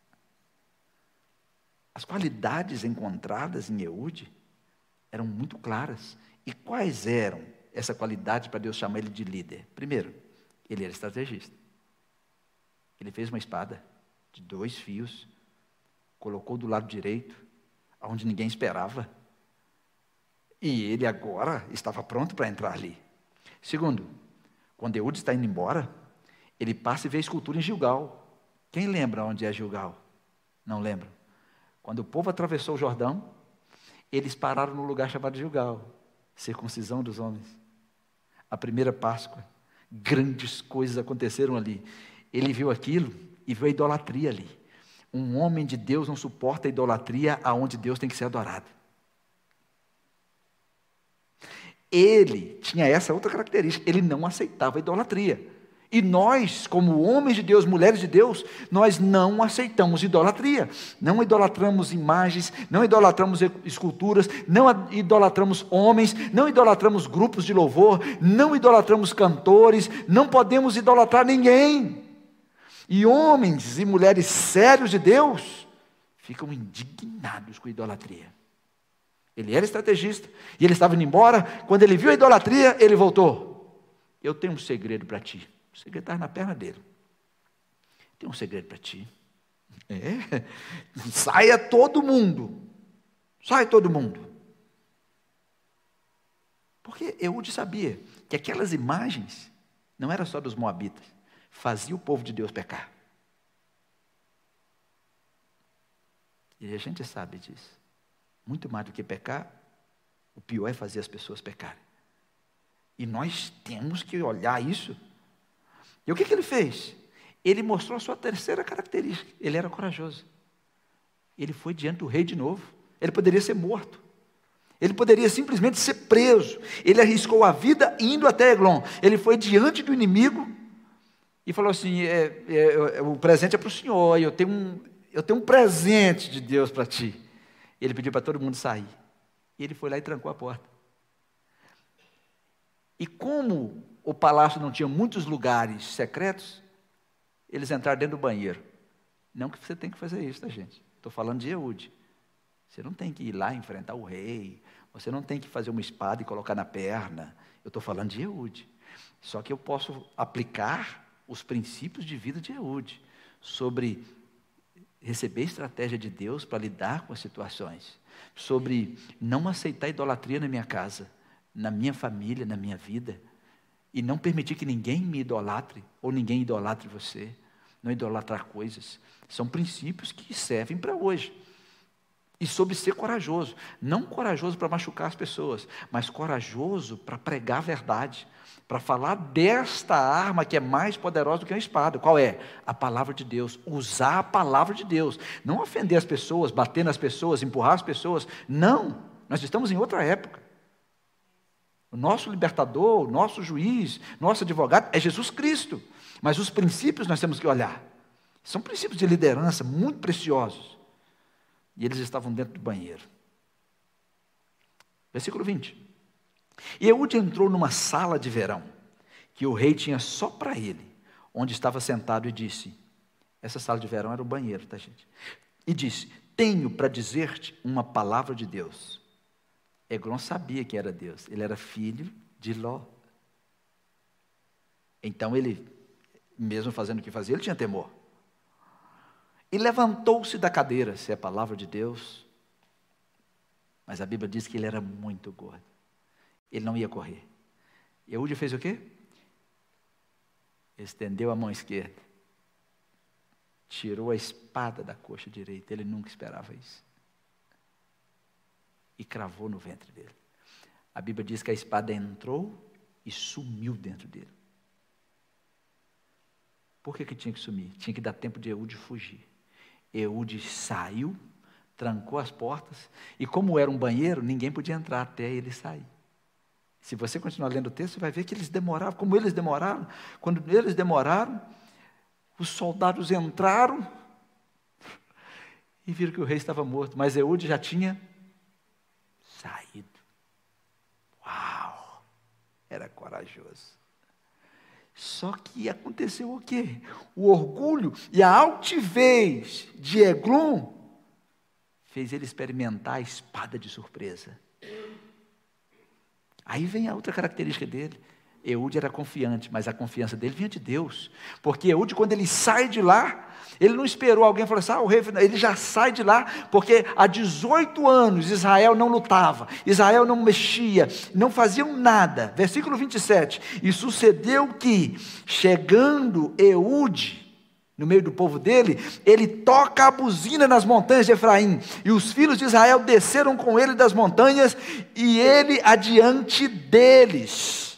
As qualidades encontradas em Eude eram muito claras. E quais eram essa qualidade para Deus chamar ele de líder? Primeiro, ele era estrategista. Ele fez uma espada de dois fios, colocou do lado direito, onde ninguém esperava. E ele agora estava pronto para entrar ali. Segundo, quando Eude está indo embora, ele passa e vê a escultura em Gilgal. Quem lembra onde é Gilgal? Não lembra? Quando o povo atravessou o Jordão, eles pararam no lugar chamado Gilgal, circuncisão dos homens. A primeira Páscoa, grandes coisas aconteceram ali. Ele viu aquilo e viu a idolatria ali. Um homem de Deus não suporta a idolatria aonde Deus tem que ser adorado. Ele tinha essa outra característica, ele não aceitava a idolatria. E nós, como homens de Deus, mulheres de Deus, nós não aceitamos idolatria. Não idolatramos imagens, não idolatramos esculturas, não idolatramos homens, não idolatramos grupos de louvor, não idolatramos cantores, não podemos idolatrar ninguém. E homens e mulheres sérios de Deus ficam indignados com a idolatria. Ele era estrategista e ele estava indo embora. Quando ele viu a idolatria, ele voltou. Eu tenho um segredo para ti. O segredo está na perna dele. Tem um segredo para ti. É. Saia todo mundo. Sai todo mundo. Porque Eude sabia que aquelas imagens não eram só dos moabitas. Fazia o povo de Deus pecar. E a gente sabe disso. Muito mais do que pecar, o pior é fazer as pessoas pecarem. E nós temos que olhar isso. E o que, que ele fez? Ele mostrou a sua terceira característica. Ele era corajoso. Ele foi diante do rei de novo. Ele poderia ser morto. Ele poderia simplesmente ser preso. Ele arriscou a vida indo até Eglon. Ele foi diante do inimigo e falou assim, é, é, o presente é para o senhor, eu tenho, um, eu tenho um presente de Deus para ti. Ele pediu para todo mundo sair. E ele foi lá e trancou a porta. E como o palácio não tinha muitos lugares secretos, eles entraram dentro do banheiro. Não que você tem que fazer isso, tá, gente? Estou falando de Eude. Você não tem que ir lá enfrentar o rei. Você não tem que fazer uma espada e colocar na perna. Eu estou falando de Eude. Só que eu posso aplicar os princípios de vida de Eude sobre receber a estratégia de Deus para lidar com as situações, sobre não aceitar idolatria na minha casa, na minha família, na minha vida, e não permitir que ninguém me idolatre, ou ninguém idolatre você, não idolatrar coisas. São princípios que servem para hoje. E sobre ser corajoso, não corajoso para machucar as pessoas, mas corajoso para pregar a verdade, para falar desta arma que é mais poderosa do que a espada. Qual é? A palavra de Deus. Usar a palavra de Deus. Não ofender as pessoas, bater nas pessoas, empurrar as pessoas. Não. Nós estamos em outra época. O nosso libertador, o nosso juiz, nosso advogado é Jesus Cristo. Mas os princípios nós temos que olhar. São princípios de liderança muito preciosos. E eles estavam dentro do banheiro. Versículo vinte. E Eude entrou numa sala de verão, que o rei tinha só para ele, onde estava sentado, e disse, essa sala de verão era o banheiro, tá, gente? E disse, tenho para dizer-te uma palavra de Deus. Eglon sabia que era Deus, ele era filho de Ló. Então ele, mesmo fazendo o que fazia, ele tinha temor. E levantou-se da cadeira, se é a palavra de Deus, mas a Bíblia diz que ele era muito gordo. Ele não ia correr. Eude fez o quê? Estendeu a mão esquerda, tirou a espada da coxa direita, ele nunca esperava isso, e cravou no ventre dele. A Bíblia diz que a espada entrou e sumiu dentro dele. Por que que tinha que sumir? Tinha que dar tempo de Eude fugir. Eude saiu, trancou as portas, e como era um banheiro, ninguém podia entrar até ele sair. Se você continuar lendo o texto, você vai ver que eles demoraram, como eles demoraram. Quando eles demoraram, os soldados entraram e viram que o rei estava morto, mas Eude já tinha saído. Uau! Era corajoso. Só que aconteceu o quê? O orgulho e a altivez de Eglon fez ele experimentar a espada de surpresa. Aí vem a outra característica dele. Eude era confiante, mas a confiança dele vinha de Deus. Porque Eude, quando ele sai de lá, Ele não esperou alguém falar assim, ah, o rei, ele já sai de lá, porque há dezoito anos Israel não lutava, Israel não mexia, não faziam nada. Versículo vinte e sete, e sucedeu que, chegando Eude, no meio do povo dele, ele toca a buzina nas montanhas de Efraim, e os filhos de Israel desceram com ele das montanhas, e ele adiante deles.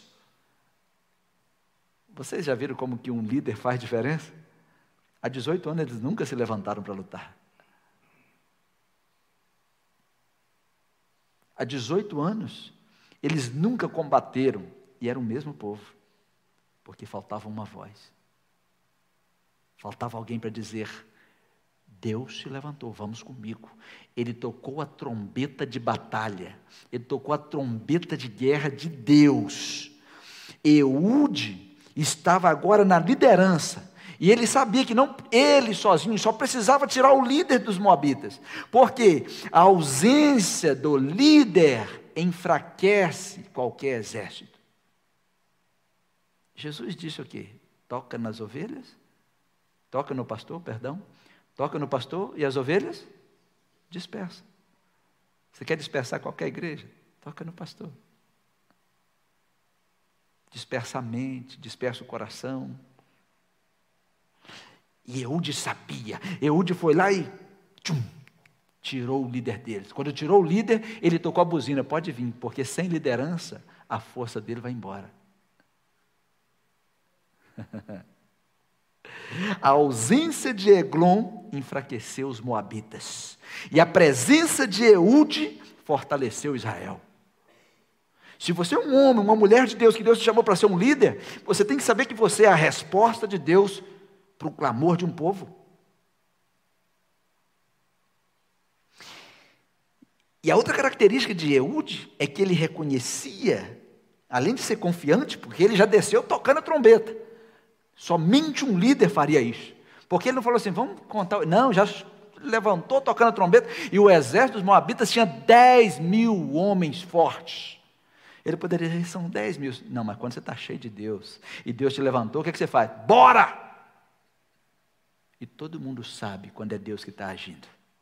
Vocês já viram como que um líder faz diferença? Há dezoito anos eles nunca se levantaram para lutar. Há dezoito anos eles nunca combateram, e era o mesmo povo, porque faltava uma voz. Faltava alguém para dizer, Deus se levantou, vamos comigo. Ele tocou a trombeta de batalha, ele tocou a trombeta de guerra de Deus. Eude estava agora na liderança, e ele sabia que não, ele sozinho só precisava tirar o líder dos moabitas, porque a ausência do líder enfraquece qualquer exército. Jesus disse o quê? Toca nas ovelhas? Toca no pastor, perdão. Toca no pastor e as ovelhas dispersa. Você quer dispersar qualquer igreja? Toca no pastor. Dispersa a mente, dispersa o coração. E Eude sabia. Eude foi lá e tchum, tirou o líder deles. Quando tirou o líder, ele tocou a buzina. Pode vir, porque sem liderança, a força dele vai embora. A ausência de Eglon enfraqueceu os moabitas, e a presença de Eude fortaleceu Israel. Se você é um homem, uma mulher de Deus, que Deus te chamou para ser um líder, você tem que saber que você é a resposta de Deus para o clamor de um povo. E a outra característica de Eude é que ele reconhecia, além de ser confiante, porque ele já desceu tocando a trombeta. Somente um líder faria isso. Porque ele não falou assim, vamos contar. Não, já levantou tocando a trombeta. E o exército dos moabitas tinha dez mil homens fortes. Ele poderia dizer, são dez mil. Não, mas quando você está cheio de Deus, e Deus te levantou, o que, é que você faz? Bora! E todo mundo sabe quando é Deus que está agindo.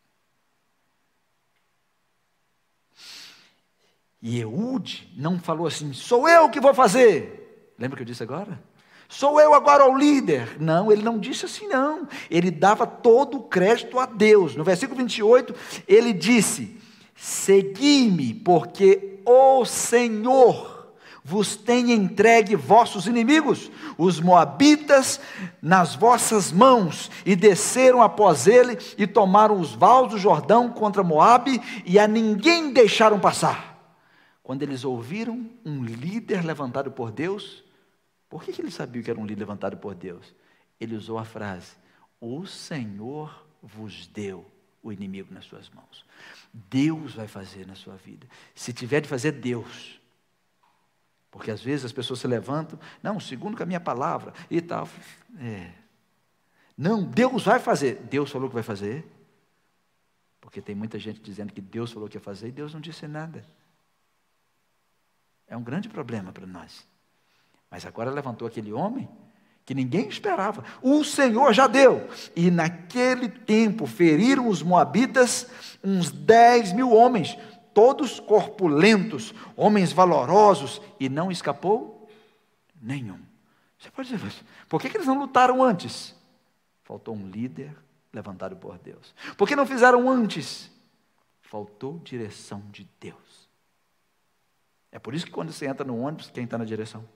E Eude não falou assim, sou eu que vou fazer. Lembra que eu disse agora? Sou eu agora o líder. Não, ele não disse assim não. Ele dava todo o crédito a Deus. No versículo vinte e oito, ele disse, segui-me, porque o Senhor vos tem entregue vossos inimigos, os moabitas, nas vossas mãos, e desceram após ele, e tomaram os vales do Jordão contra Moabe, e a ninguém deixaram passar. Quando eles ouviram um líder levantado por Deus, por que, que ele sabia que era um líder levantado por Deus? Ele usou a frase, o Senhor vos deu o inimigo nas suas mãos. Deus vai fazer na sua vida. Se tiver de fazer, Deus. Porque às vezes as pessoas se levantam, não, segundo com a minha palavra e tal. É. Não, Deus vai fazer. Deus falou que vai fazer. Porque tem muita gente dizendo que Deus falou que ia fazer e Deus não disse nada. É um grande problema para nós. Mas agora levantou aquele homem que ninguém esperava. O Senhor já deu. E naquele tempo feriram os moabitas uns dez mil homens, todos corpulentos, homens valorosos, e não escapou nenhum. Você pode dizer, por que, que eles não lutaram antes? Faltou um líder levantado por Deus. Por que não fizeram antes? Faltou direção de Deus. É por isso que quando você entra no ônibus, quem está na direção?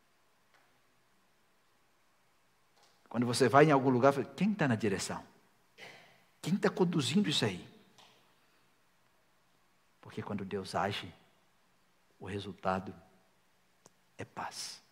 Quando você vai em algum lugar, quem está na direção? Quem está conduzindo isso aí? Porque quando Deus age, o resultado é paz.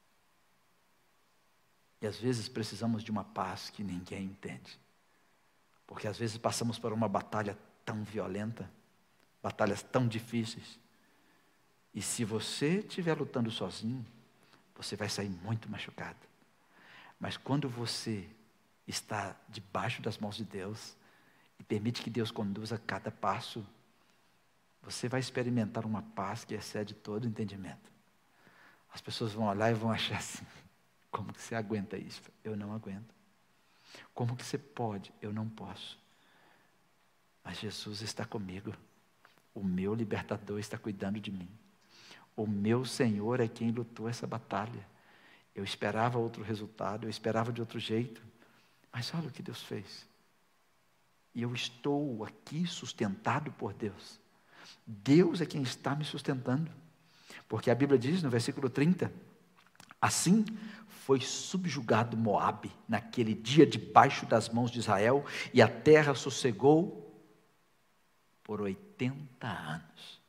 E às vezes precisamos de uma paz que ninguém entende. Porque às vezes passamos por uma batalha tão violenta, batalhas tão difíceis. E se você estiver lutando sozinho, você vai sair muito machucado. Mas quando você está debaixo das mãos de Deus e permite que Deus conduza cada passo, você vai experimentar uma paz que excede todo entendimento. As pessoas vão olhar e vão achar assim, como que você aguenta isso? Eu não aguento. Como que você pode? Eu não posso. Mas Jesus está comigo. O meu libertador está cuidando de mim. O meu Senhor é quem lutou essa batalha. Eu esperava outro resultado, eu esperava de outro jeito. Mas olha o que Deus fez. E eu estou aqui sustentado por Deus. Deus é quem está me sustentando. Porque a Bíblia diz no versículo trinta, assim foi subjugado Moabe naquele dia debaixo das mãos de Israel, e a terra sossegou por oitenta anos.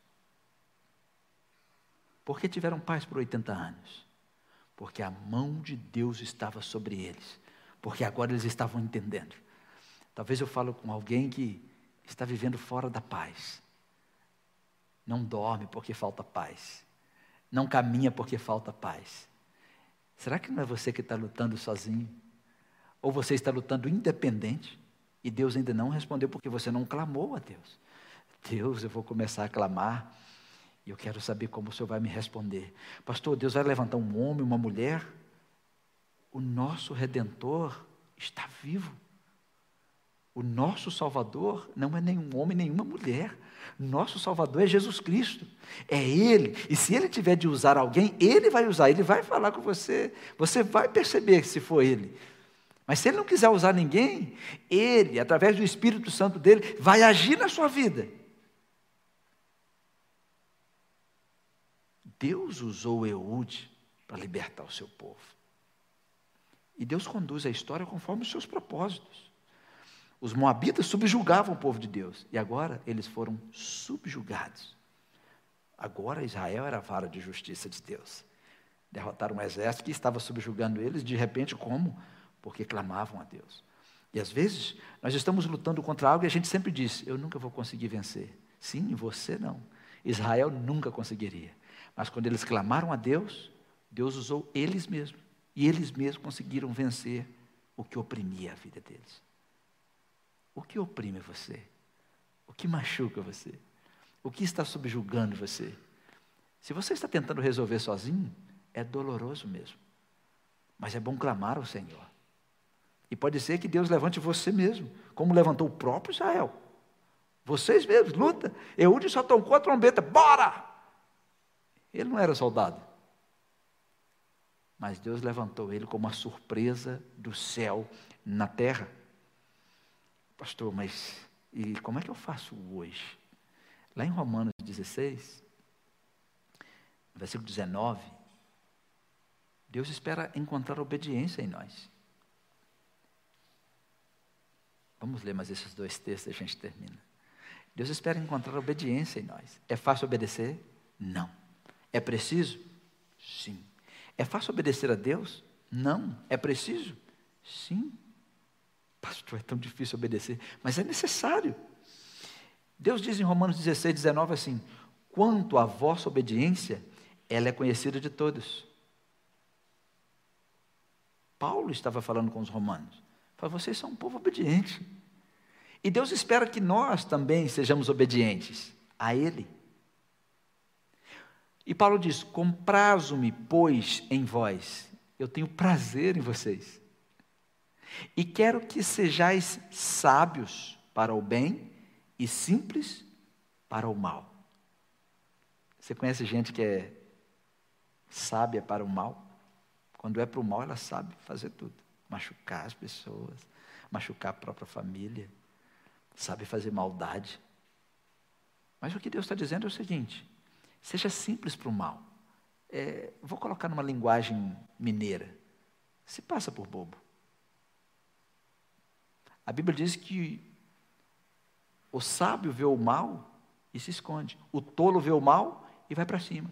Por que tiveram paz por oitenta anos? Porque a mão de Deus estava sobre eles. Porque agora eles estavam entendendo. Talvez eu falo com alguém que está vivendo fora da paz. Não dorme porque falta paz. Não caminha porque falta paz. Será que não é você que está lutando sozinho? Ou você está lutando independente e Deus ainda não respondeu porque você não clamou a Deus? Deus, eu vou começar a clamar e eu quero saber como o Senhor vai me responder. Pastor, Deus vai levantar um homem, uma mulher? O nosso Redentor está vivo. O nosso Salvador não é nenhum homem, nenhuma mulher. Nosso Salvador é Jesus Cristo. É Ele. E se Ele tiver de usar alguém, Ele vai usar. Ele vai falar com você. Você vai perceber se for Ele. Mas se Ele não quiser usar ninguém, Ele, através do Espírito Santo dEle, vai agir na sua vida. Deus usou Eude para libertar o seu povo. E Deus conduz a história conforme os seus propósitos. Os moabitas subjugavam o povo de Deus. E agora eles foram subjugados. Agora Israel era a vara de justiça de Deus. Derrotaram um exército que estava subjugando eles. De repente, como? Porque clamavam a Deus. E às vezes, nós estamos lutando contra algo e a gente sempre diz, eu nunca vou conseguir vencer. Sim, você não. Israel nunca conseguiria. Mas quando eles clamaram a Deus, Deus usou eles mesmos. E eles mesmos conseguiram vencer o que oprimia a vida deles. O que oprime você? O que machuca você? O que está subjugando você? Se você está tentando resolver sozinho, é doloroso mesmo. Mas é bom clamar ao Senhor. E pode ser que Deus levante você mesmo, como levantou o próprio Israel. Vocês mesmos, luta. Eude só tocou a trombeta, bora! Ele não era soldado. Mas Deus levantou ele como uma surpresa do céu na terra. Pastor, mas e como é que eu faço hoje? Lá em Romanos dezesseis, versículo dezenove, Deus espera encontrar obediência em nós. Vamos ler mais esses dois textos e a gente termina. Deus espera encontrar obediência em nós. É fácil obedecer? Não. É preciso? Sim. É fácil obedecer a Deus? Não. É preciso? Sim. Pastor, é tão difícil obedecer, mas é necessário. Deus diz em Romanos dezesseis, dezenove assim, quanto à vossa obediência, ela é conhecida de todos. Paulo estava falando com os romanos, falou, vocês são um povo obediente. E Deus espera que nós também sejamos obedientes a Ele. E Paulo diz, comprazo-me, pois, em vós, eu tenho prazer em vocês. E quero que sejais sábios para o bem e simples para o mal. Você conhece gente que é sábia para o mal? Quando é para o mal, ela sabe fazer tudo. Machucar as pessoas, machucar a própria família, sabe fazer maldade. Mas o que Deus está dizendo é o seguinte, seja simples para o mal. É, vou colocar numa linguagem mineira. Se passa por bobo. A Bíblia diz que o sábio vê o mal e se esconde. O tolo vê o mal e vai para cima.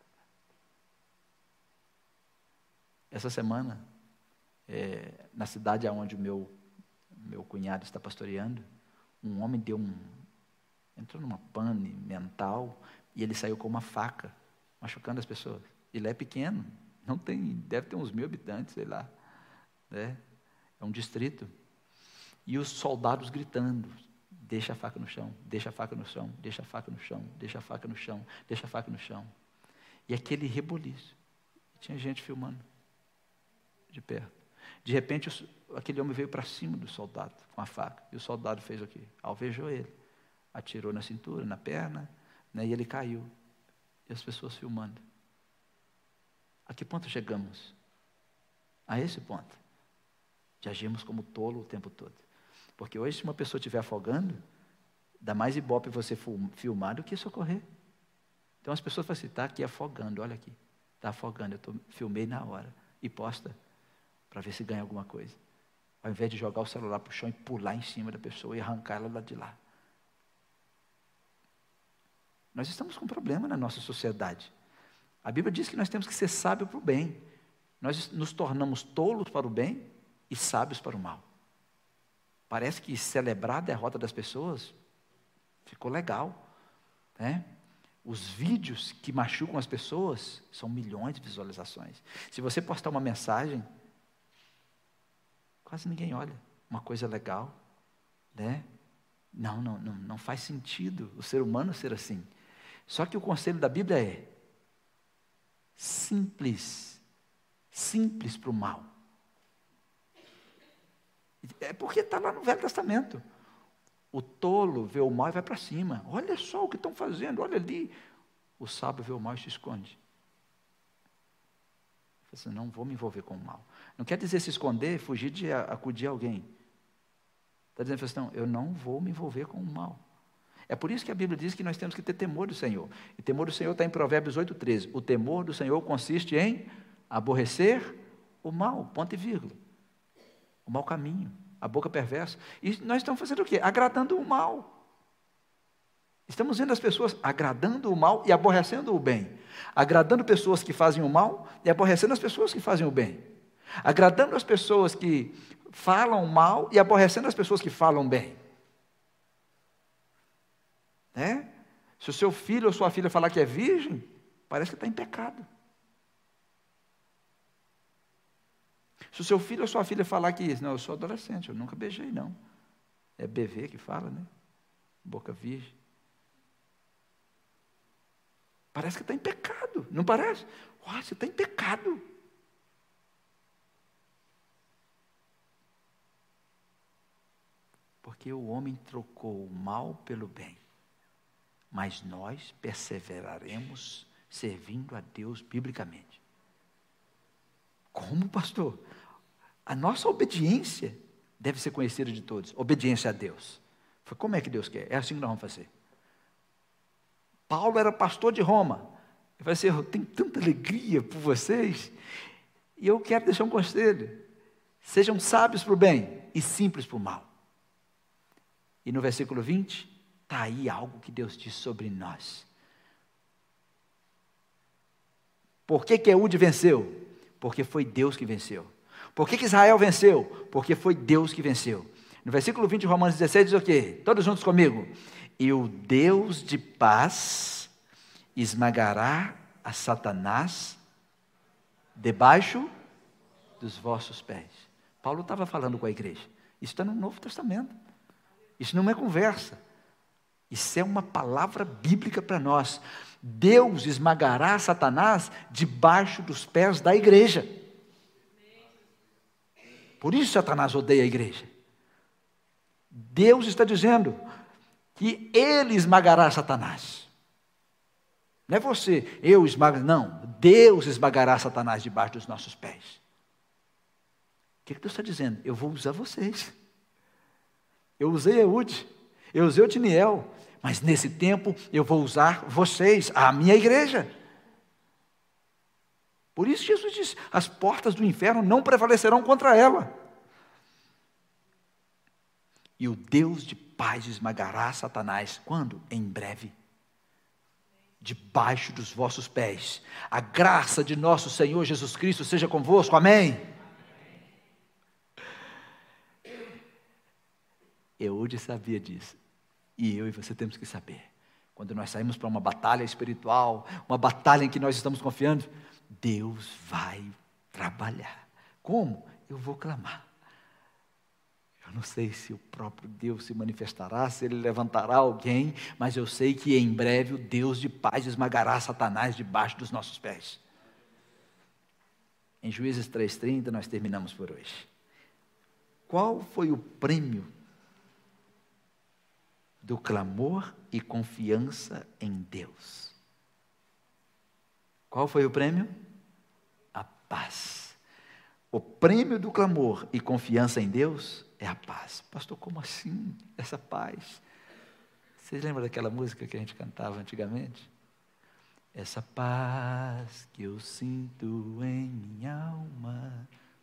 Essa semana, é, na cidade onde o meu, meu cunhado está pastoreando, um homem deu um, entrou numa pane mental e ele saiu com uma faca, machucando as pessoas. Ele é pequeno, não tem, deve ter uns mil habitantes, sei lá. Né? É um distrito. E os soldados gritando, deixa a faca no chão, deixa a faca no chão, deixa a faca no chão, deixa a faca no chão, deixa a faca no chão. E aquele reboliço. Tinha gente filmando de perto. De repente, aquele homem veio para cima do soldado com a faca. E o soldado fez o quê? Alvejou ele. Atirou na cintura, na perna, né, e ele caiu. E as pessoas filmando. A que ponto chegamos? A esse ponto. De agirmos como tolo o tempo todo. Porque hoje, se uma pessoa estiver afogando, dá mais ibope você filmar do que socorrer. Então as pessoas falam assim, está aqui afogando, olha aqui. Está afogando, eu tô, filmei na hora. E posta, para ver se ganha alguma coisa. Ao invés de jogar o celular para o chão e pular em cima da pessoa e arrancar ela lá de lá. Nós estamos com um problema na nossa sociedade. A Bíblia diz que nós temos que ser sábios para o bem. Nós nos tornamos tolos para o bem e sábios para o mal. Parece que celebrar a derrota das pessoas ficou legal, né? Os vídeos que machucam as pessoas são milhões de visualizações. Se você postar uma mensagem, quase ninguém olha. Uma coisa legal, né? Não, não, não, não faz sentido o ser humano ser assim. Só que o conselho da Bíblia é simples, simples para o mal. É porque está lá no Velho Testamento. O tolo vê o mal e vai para cima. Olha só o que estão fazendo, olha ali. O sábio vê o mal e se esconde. Assim, não vou me envolver com o mal. Não quer dizer se esconder, fugir de acudir alguém. Está dizendo assim, não, eu não vou me envolver com o mal. É por isso que a Bíblia diz que nós temos que ter temor do Senhor. E temor do Senhor está em Provérbios oito, treze. O temor do Senhor consiste em aborrecer o mal, ponto e vírgula. O mau caminho, a boca perversa. E nós estamos fazendo o quê? Agradando o mal. Estamos vendo as pessoas agradando o mal e aborrecendo o bem. Agradando pessoas que fazem o mal e aborrecendo as pessoas que fazem o bem. Agradando as pessoas que falam mal e aborrecendo as pessoas que falam bem. Né? Se o seu filho ou sua filha falar que é virgem, parece que está em pecado. Se o seu filho ou sua filha falar que, não, eu sou adolescente, eu nunca beijei, não. É B V que fala, né? Boca virgem. Parece que está em pecado, não parece? Uau, você está em pecado. Porque o homem trocou o mal pelo bem. Mas nós perseveraremos servindo a Deus biblicamente. Como, pastor? A nossa obediência deve ser conhecida de todos. Obediência a Deus. Como é que Deus quer? É assim que nós vamos fazer. Paulo era pastor de Roma. Ele falou assim, eu tenho tanta alegria por vocês. E eu quero deixar um conselho. Sejam sábios para o bem e simples para o mal. E no versículo vinte, está aí algo que Deus diz sobre nós. Por que que Eude venceu? Porque foi Deus que venceu. Por que que Israel venceu? Porque foi Deus que venceu. No versículo vinte de Romanos dezesseis diz o quê? Todos juntos comigo. E o Deus de paz esmagará a Satanás debaixo dos vossos pés. Paulo estava falando com a igreja. Isso está no Novo Testamento. Isso não é conversa. Isso é uma palavra bíblica para nós. Deus esmagará Satanás debaixo dos pés da igreja. Por isso Satanás odeia a igreja. Deus está dizendo que Ele esmagará Satanás. Não é você, eu esmago, não. Deus esmagará Satanás debaixo dos nossos pés. O que Deus está dizendo? Eu vou usar vocês. Eu usei Eude, eu usei o Tiniel, mas nesse tempo eu vou usar vocês, a minha igreja. Por isso Jesus diz, as portas do inferno não prevalecerão contra ela. E o Deus de paz esmagará Satanás, quando? Em breve. Debaixo dos vossos pés. A graça de nosso Senhor Jesus Cristo seja convosco, amém? Eude sabia disso. E eu e você temos que saber. Quando nós saímos para uma batalha espiritual, uma batalha em que nós estamos confiando, Deus vai trabalhar. Como? Eu vou clamar. Eu não sei se o próprio Deus se manifestará, se Ele levantará alguém, mas eu sei que em breve o Deus de paz esmagará Satanás debaixo dos nossos pés. Em Juízes três, trinta, nós terminamos por hoje. Qual foi o prêmio do clamor e confiança em Deus? Qual foi o prêmio? A paz. O prêmio do clamor e confiança em Deus é a paz. Pastor, como assim? Essa paz? Vocês lembram daquela música que a gente cantava antigamente? Essa paz que eu sinto em minha alma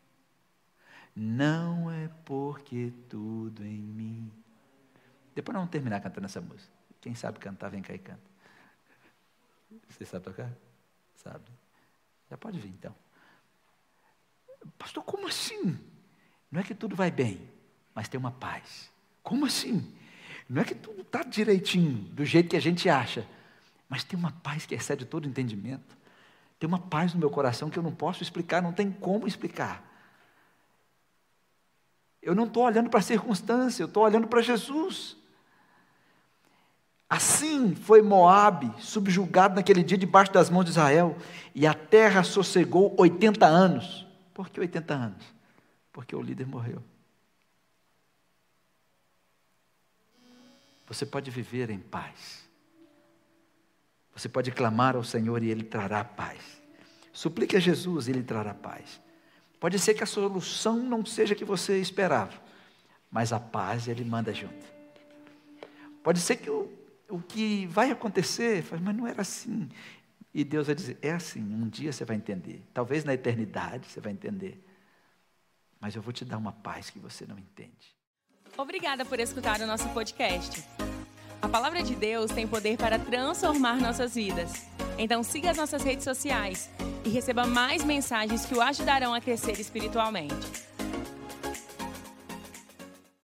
não é porque tudo em mim. Depois nós vamos terminar cantando essa música. Quem sabe cantar, vem cá e canta. Você sabe tocar? Sabe? Já pode vir então. Pastor, como assim? Não é que tudo vai bem, mas tem uma paz. Como assim? Não é que tudo está direitinho, do jeito que a gente acha, mas tem uma paz que excede todo entendimento. Tem uma paz no meu coração que eu não posso explicar, não tem como explicar. Eu não estou olhando para a circunstância, eu estou olhando para Jesus. Assim foi Moabe subjugado naquele dia debaixo das mãos de Israel, e a terra sossegou oitenta anos. Por que oitenta anos? Porque o líder morreu. Você pode viver em paz. Você pode clamar ao Senhor e Ele trará paz. Suplique a Jesus e Ele trará paz. Pode ser que a solução não seja a que você esperava, mas a paz Ele manda junto. Pode ser que o, o que vai acontecer, mas não era assim. E Deus vai dizer, é assim, um dia você vai entender. Talvez na eternidade você vai entender. Mas eu vou te dar uma paz que você não entende. Obrigada por escutar o nosso podcast. A palavra de Deus tem poder para transformar nossas vidas. Então siga as nossas redes sociais e receba mais mensagens que o ajudarão a crescer espiritualmente.